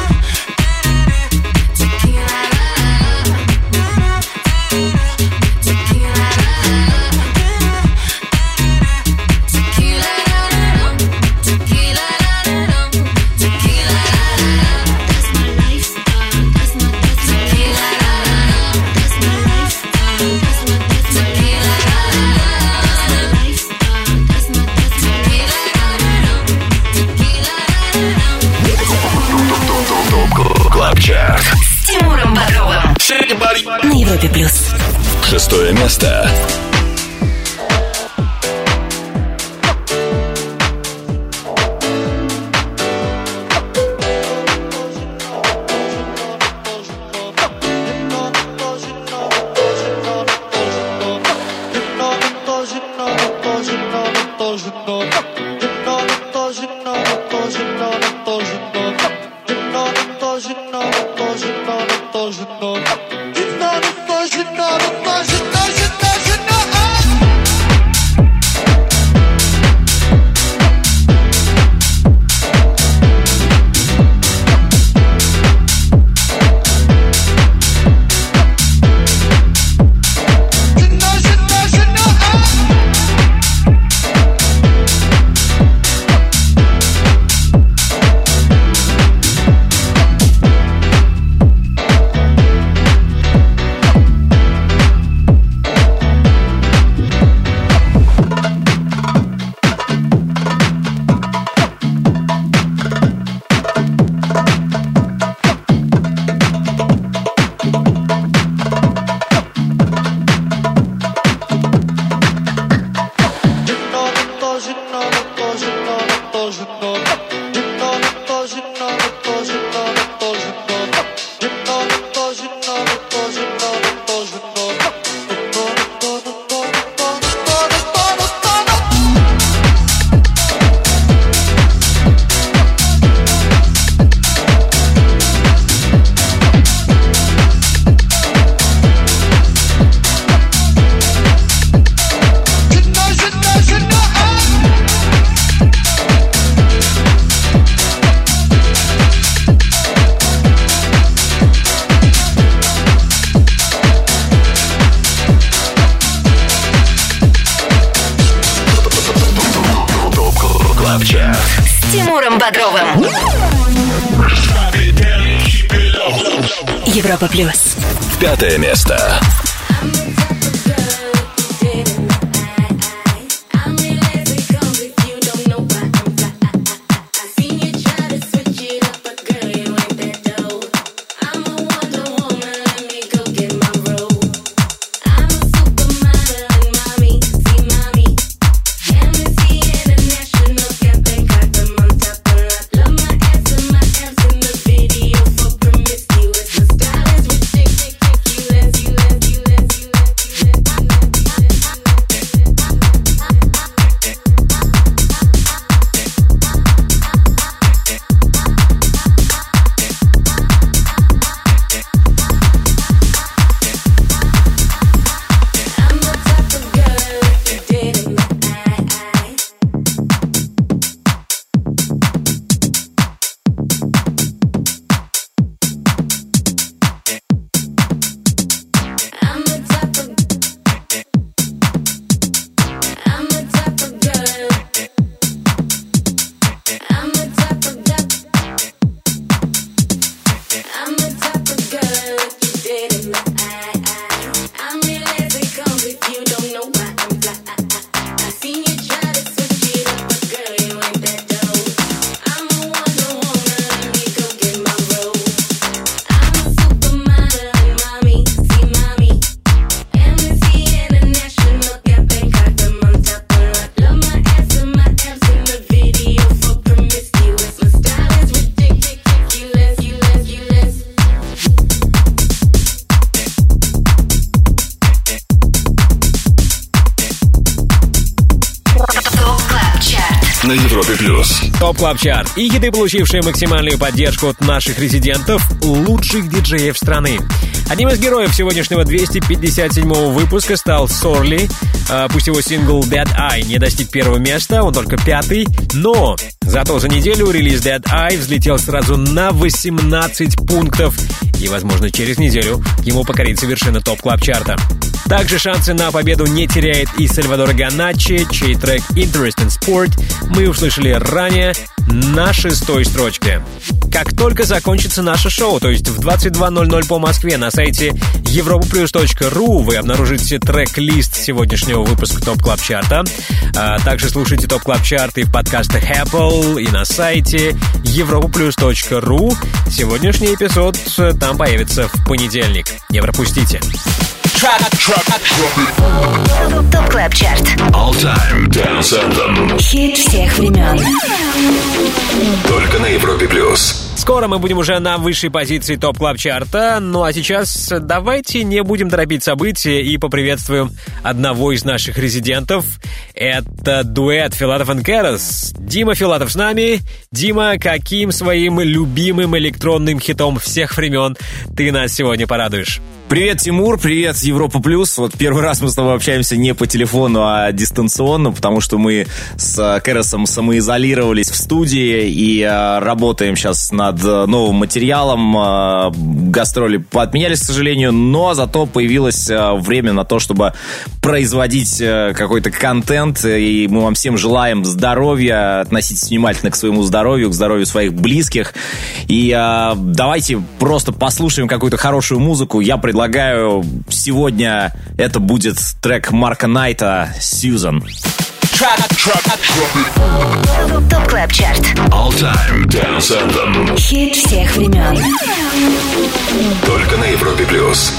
Клабчарт С Тимуром Бодровым на Европе плюс. Шестое место. С Тимуром Бодровым. Европа плюс. Пятое место. You на Европе плюс. Топ Клаб Чарт и хиты, получившие максимальную поддержку от наших резидентов, лучших диджеев страны. Одним из героев сегодняшнего двести пятьдесят седьмого выпуска стал Сорли. А, пусть его сингл Dead Eye не достиг первого места, он только пятый, но зато за неделю релиз Dead Eye взлетел сразу на восемнадцать пунктов. И, возможно, через неделю ему покорится вершина Топ Клаб Чарта. Также шансы на победу не теряет и Сальвадор Ганаччи, чей трек Interest in Sport мы услышали ранее на шестой строчке. Как только закончится наше шоу, то есть в двадцать два ноль ноль по Москве, на сайте европа плюс точка ру вы обнаружите трек-лист сегодняшнего выпуска Топ Клаб Чарта. А также слушайте Топ Клаб Чарт и в подкастах Apple, и на сайте европа плюс точка ру. Сегодняшний эпизод там появится в понедельник. Не пропустите. Топ Клаб Чарт. All Time Dance Anthem. Хит всех времен. Только на Европе плюс. Скоро мы будем уже на высшей позиции Топ Клаб Чарта. Ну а сейчас давайте не будем торопить события и поприветствуем одного из наших резидентов. Это дуэт Филатов и Кэрос. Дима Филатов с нами. Дима, каким своим любимым электронным хитом всех времен ты нас сегодня порадуешь? Привет, Тимур, привет, Европа Плюс. Вот первый раз мы с тобой общаемся не по телефону, а дистанционно, потому что мы с Кэросом самоизолировались в студии и а, работаем сейчас над новым материалом. А, гастроли отменялись, к сожалению, но зато появилось а, время на то, чтобы производить а, какой-то контент, и мы вам всем желаем здоровья, относитесь внимательно к своему здоровью, к здоровью своих близких, и а, давайте просто послушаем какую-то хорошую музыку. Я предлагаю Предлагаю, сегодня это будет трек Марка Найта «Сьюзан». Топ Клаб Чарт. All Time Dance Anthem. Хит всех времен. Только на Европе плюс.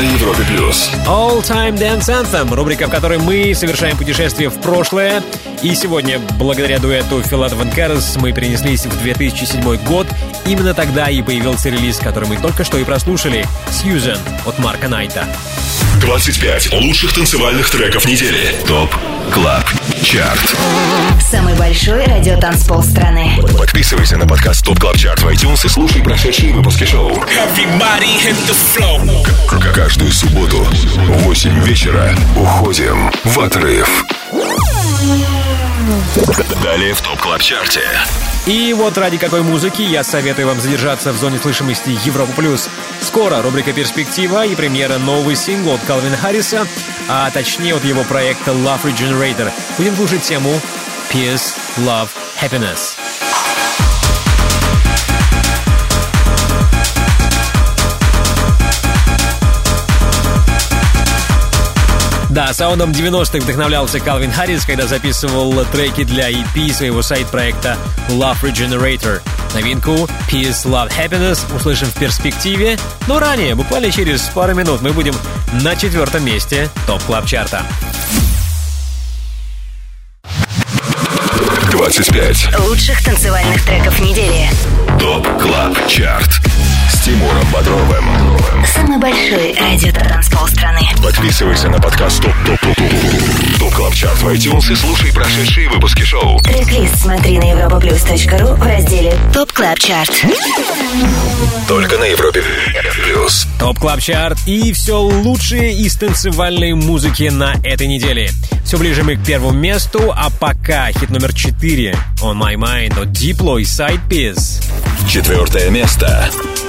на Европе плюс. All Time Dance Anthem, рубрика, в которой мы совершаем путешествие в прошлое. И сегодня, благодаря дуэту Филатов и Кэрос, мы перенеслись в две тысячи седьмой год. Именно тогда и появился релиз, который мы только что и прослушали. Сьюзен от Марка Найта. двадцать пять лучших танцевальных треков недели. ТОП Клаб Чарт. Самый большой радиотанцпол страны. Подписывайся на подкаст ТОП Клаб Чарт в iTunes и слушай прошедшие выпуски шоу. К- Каждую субботу в восемь вечера уходим в отрыв. Далее в ТОП Клаб Чарте. И вот ради какой музыки я советую вам задержаться в зоне слышимости Европа Плюс. Скоро рубрика «Перспектива» и премьера нового сингла от Калвина Харриса, а точнее от его проекта Love Regenerator. Будем слушать тему Peace, Love, Happiness. Да, саундом девяностых вдохновлялся Калвин Харрис, когда записывал треки для и пи своего сайт-проекта Love Regenerator. Новинку Peace, Love, Happiness услышим в перспективе, но ранее, буквально через пару минут, мы будем на четвертом месте ТОП Клаб Чарта. двадцать пять лучших танцевальных треков недели. ТОП Клаб Чарт с Тимуром Бодровым. Самый большой радиотанцпол страны. Подписывайся на подкаст ТОП ТОП ТОП ТОП ТОП Клаб Чарт в iTunes и слушай прошедшие выпуски шоу. Трек-лист смотри на европаплюс точка ру в разделе ТОП Клаб Чарт. Только на Европе плюс. ТОП Клаб Чарт и все лучшее из танцевальной музыки на этой неделе. Все ближе мы к первому месту, а пока хит номер четыре On My Mind от Diplo и Side Piece. Четвертое место.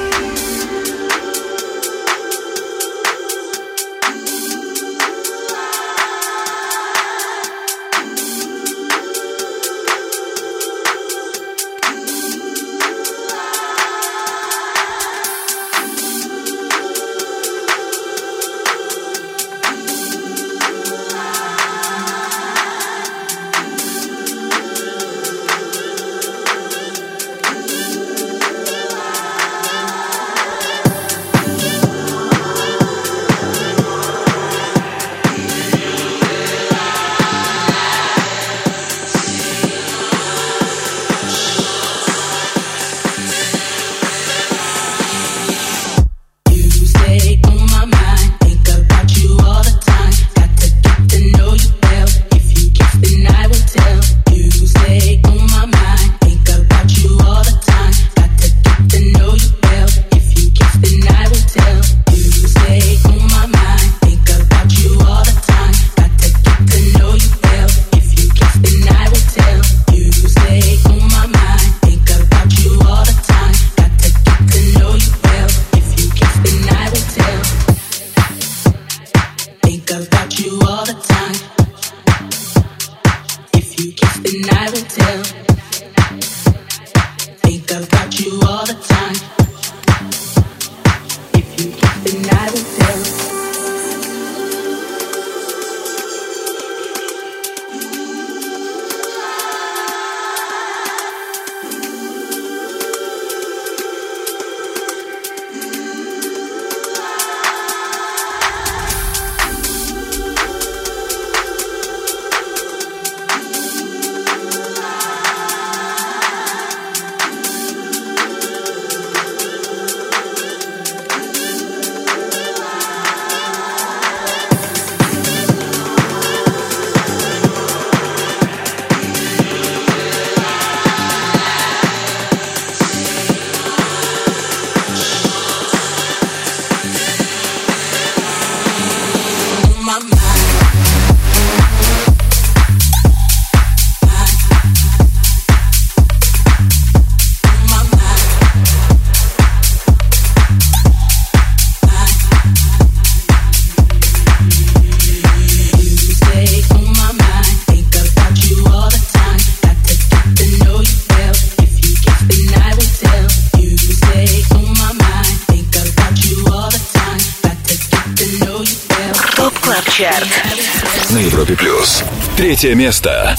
На Европе плюс. Третье место.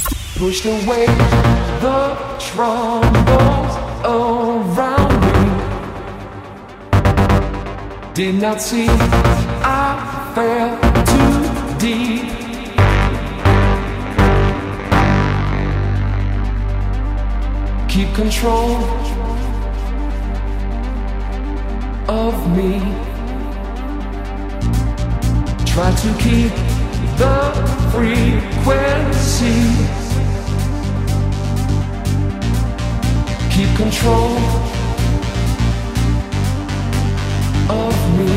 Did not see I fell too deep. Keep control of me. Try to keep the frequency. Keep control of me.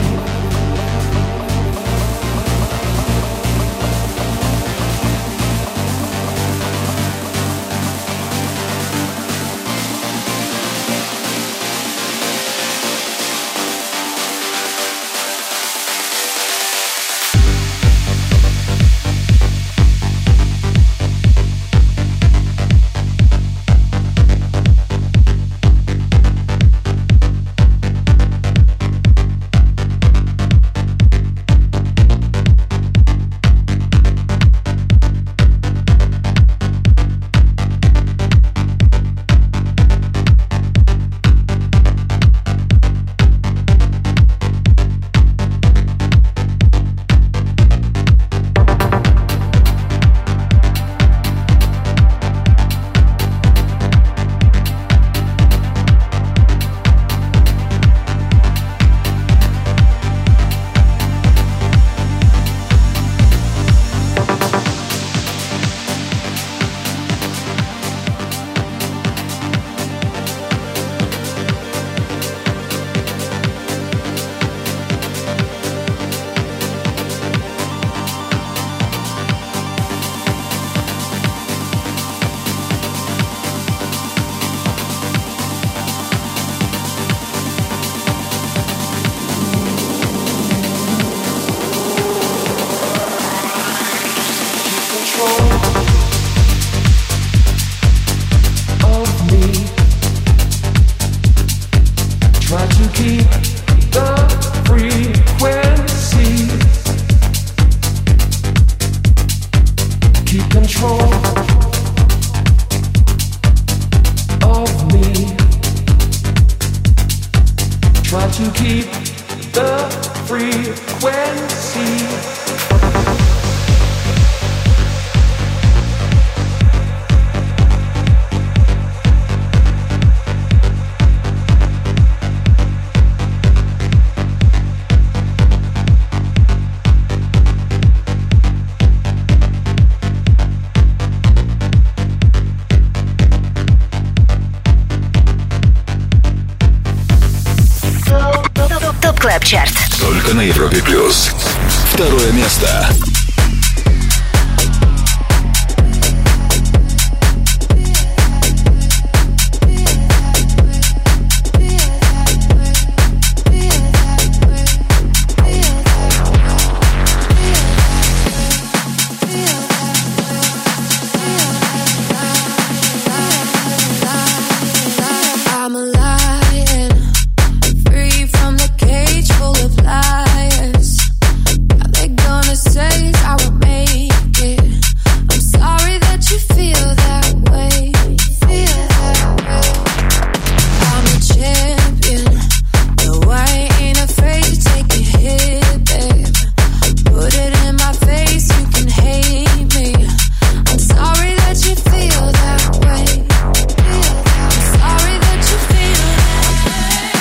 Чарт. Только на Европе плюс. Второе место.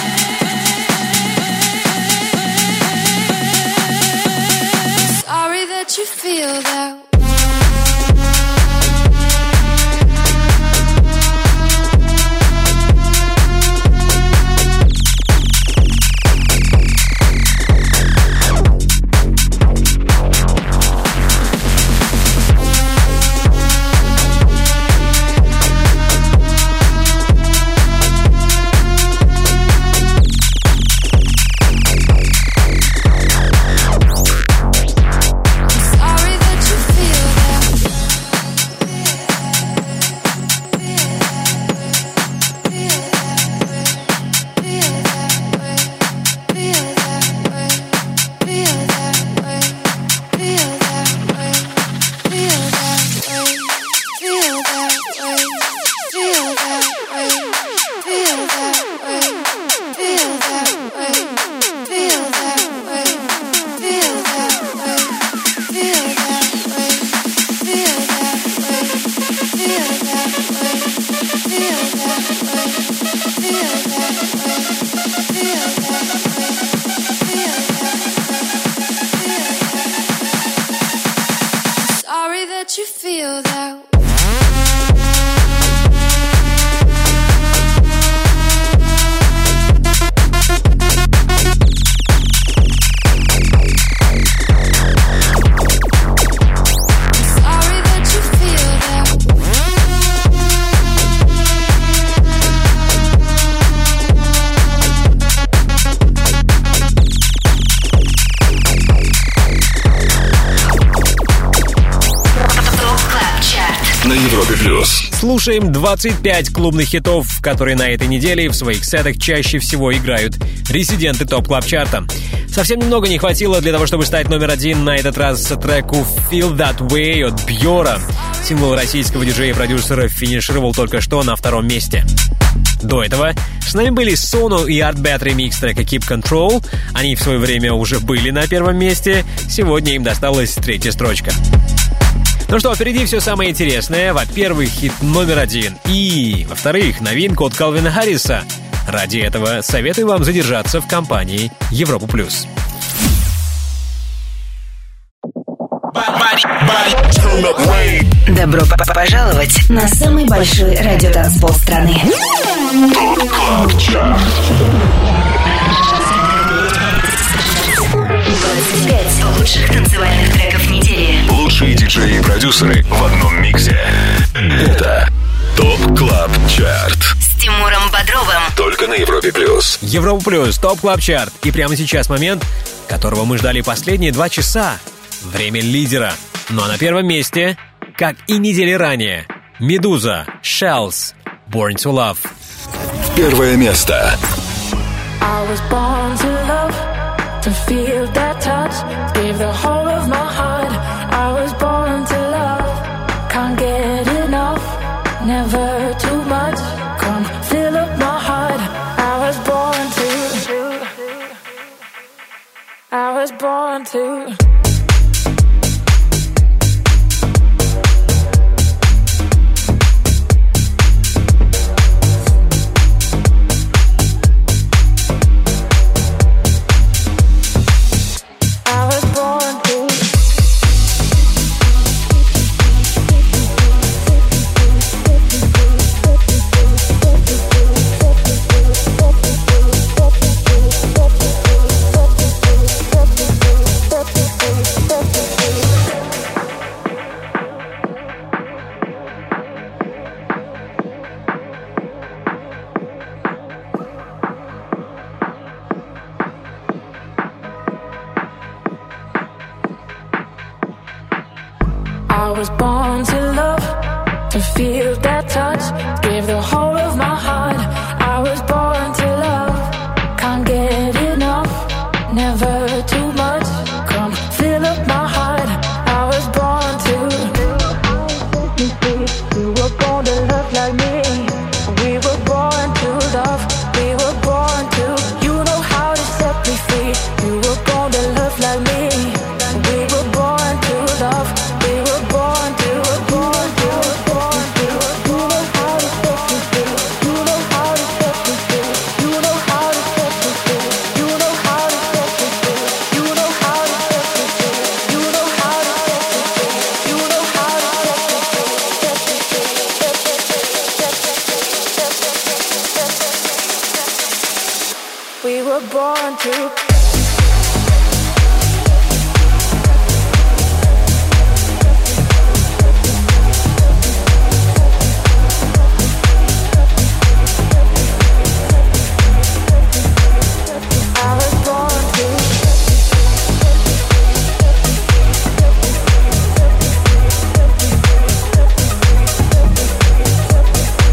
Sorry that Sorry that you feel that. На Европе Плюс. Слушаем двадцать пять клубных хитов, которые на этой неделе в своих сетах чаще всего играют резиденты ТОП Клаб Чарта. Совсем немного не хватило для того, чтобы стать номер один на этот раз треку Feel That Way от Бьора. Сингл российского диджея и продюсера финишировал только что на втором месте. До этого с нами были Сону и Art Bat ремикс трека Keep Control. Они в свое время уже были на первом месте. Сегодня им досталась третья строчка. Ну что, впереди все самое интересное. Во-первых, хит номер один. И, во-вторых, новинка от Калвина Харриса. Ради этого советую вам задержаться в компании Европа Плюс. Добро пожаловать на самый большой радиотанцпол страны. двадцать пять лучших танцевальных треков недели. Лучшие диджеи и продюсеры в одном миксе. Это ТОП Клаб Чарт. С Тимуром Бодровым. Только на Европе Плюс. Европа Плюс, ТОП Клаб Чарт. И прямо сейчас момент, которого мы ждали последние два часа. Время лидера. Ну а на первом месте, как и недели ранее, Медуза, Shells, Born to Love. Первое место. I was born to love, to feel that touch, give the whole of my heart. I was born to love, can't get enough, never too much. Come fill up my heart. I was born to, I was born to. I was born to love, to feel that touch, give the whole of my heart. I was born to love, can't get enough, never too much. Come fill up my heart. I was born to. You were born to love like me. We were born to love. We were born to. You know how to set me free. You were born to love like me. We were born to love. We were born to, born to, born to. You know how to set me free. You know how to set me free. You know how to set me free. You know how to set me free. You know how to set me free. You know how to set me free. You know how to set me free. We were born to.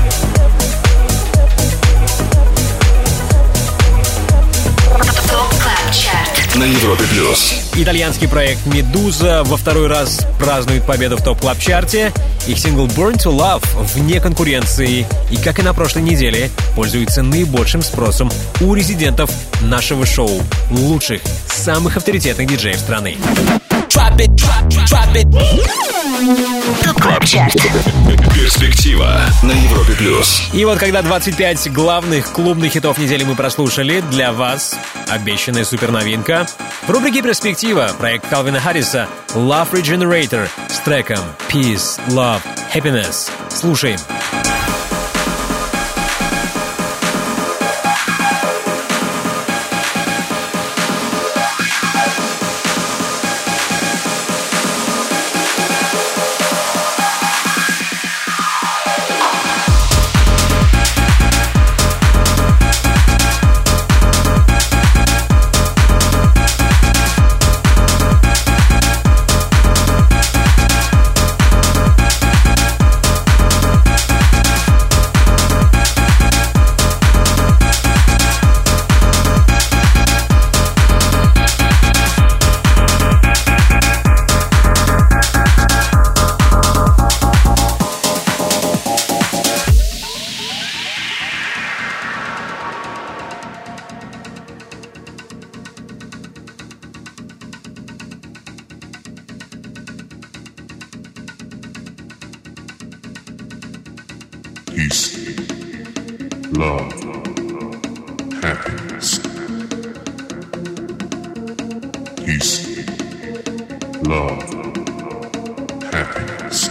ТОП на Европе плюс. Итальянский проект «Медуза» во второй раз празднует победу в топ-клаб-чарте. Их сингл «Born to Love» вне конкуренции и, как и на прошлой неделе, пользуется наибольшим спросом у резидентов нашего шоу, лучших, самых авторитетных диджеев страны. Drop it, drop, drop it. Топ-клаб-чарт. Перспектива на Европе плюс. И вот когда двадцать пять главных клубных хитов недели мы прослушали, для вас обещанная суперновинка. В рубрике «Перспектива» проект Калвина Харриса «Love Regenerator» с треком «Peace, Love, Happiness». Слушаем. Peace, love, happiness. Peace, love, happiness.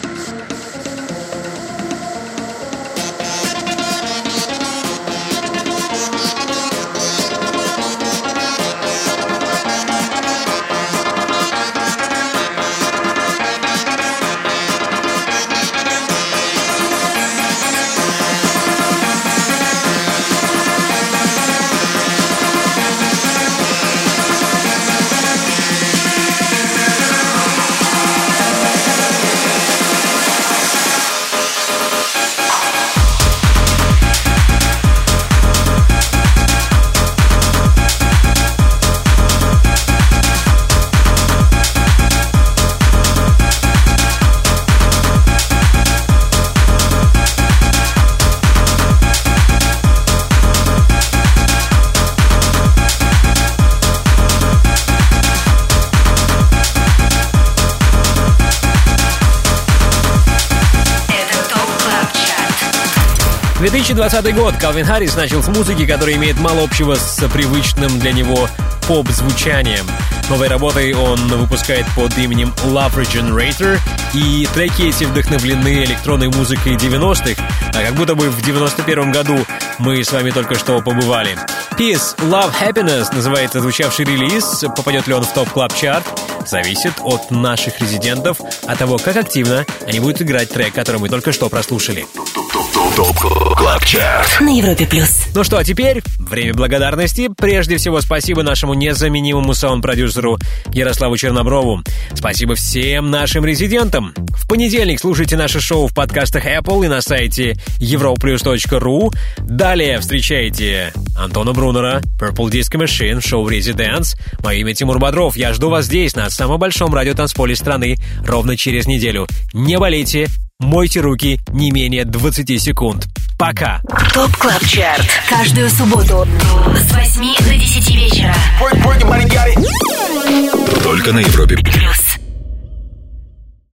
две тысячи двадцатый год. Калвин Харрис начал с музыки, которая имеет мало общего с привычным для него поп-звучанием. Новой работой он выпускает под именем Love Regenerator, и треки эти вдохновлены электронной музыкой девяностых, а как будто бы в девяносто первом году мы с вами только что побывали. Peace, Love, Happiness называется звучавший релиз. Попадет ли он в топ-клаб-чарт, зависит от наших резидентов, от того, как активно они будут играть трек, который мы только что прослушали. Топ-клаб-чарт На Европе плюс. Ну что, а теперь время благодарности. Прежде всего, спасибо нашему незаменимому саунд-продюсеру Ярославу Черноброву. Спасибо всем нашим резидентам. В понедельник слушайте наше шоу в подкастах Apple и на сайте европлюс точка ру. Далее встречайте Антона Брунера, Purple Disco Machine в шоу Residence. Мое имя Тимур Бодров. Я жду вас здесь, на самом большом радиотанцполе страны, ровно через неделю. Не болейте, мойте руки не менее двадцать секунд. Пока. Топ Клаб Чарт. Каждую субботу с восьми до десяти вечера. Только на Европе плюс.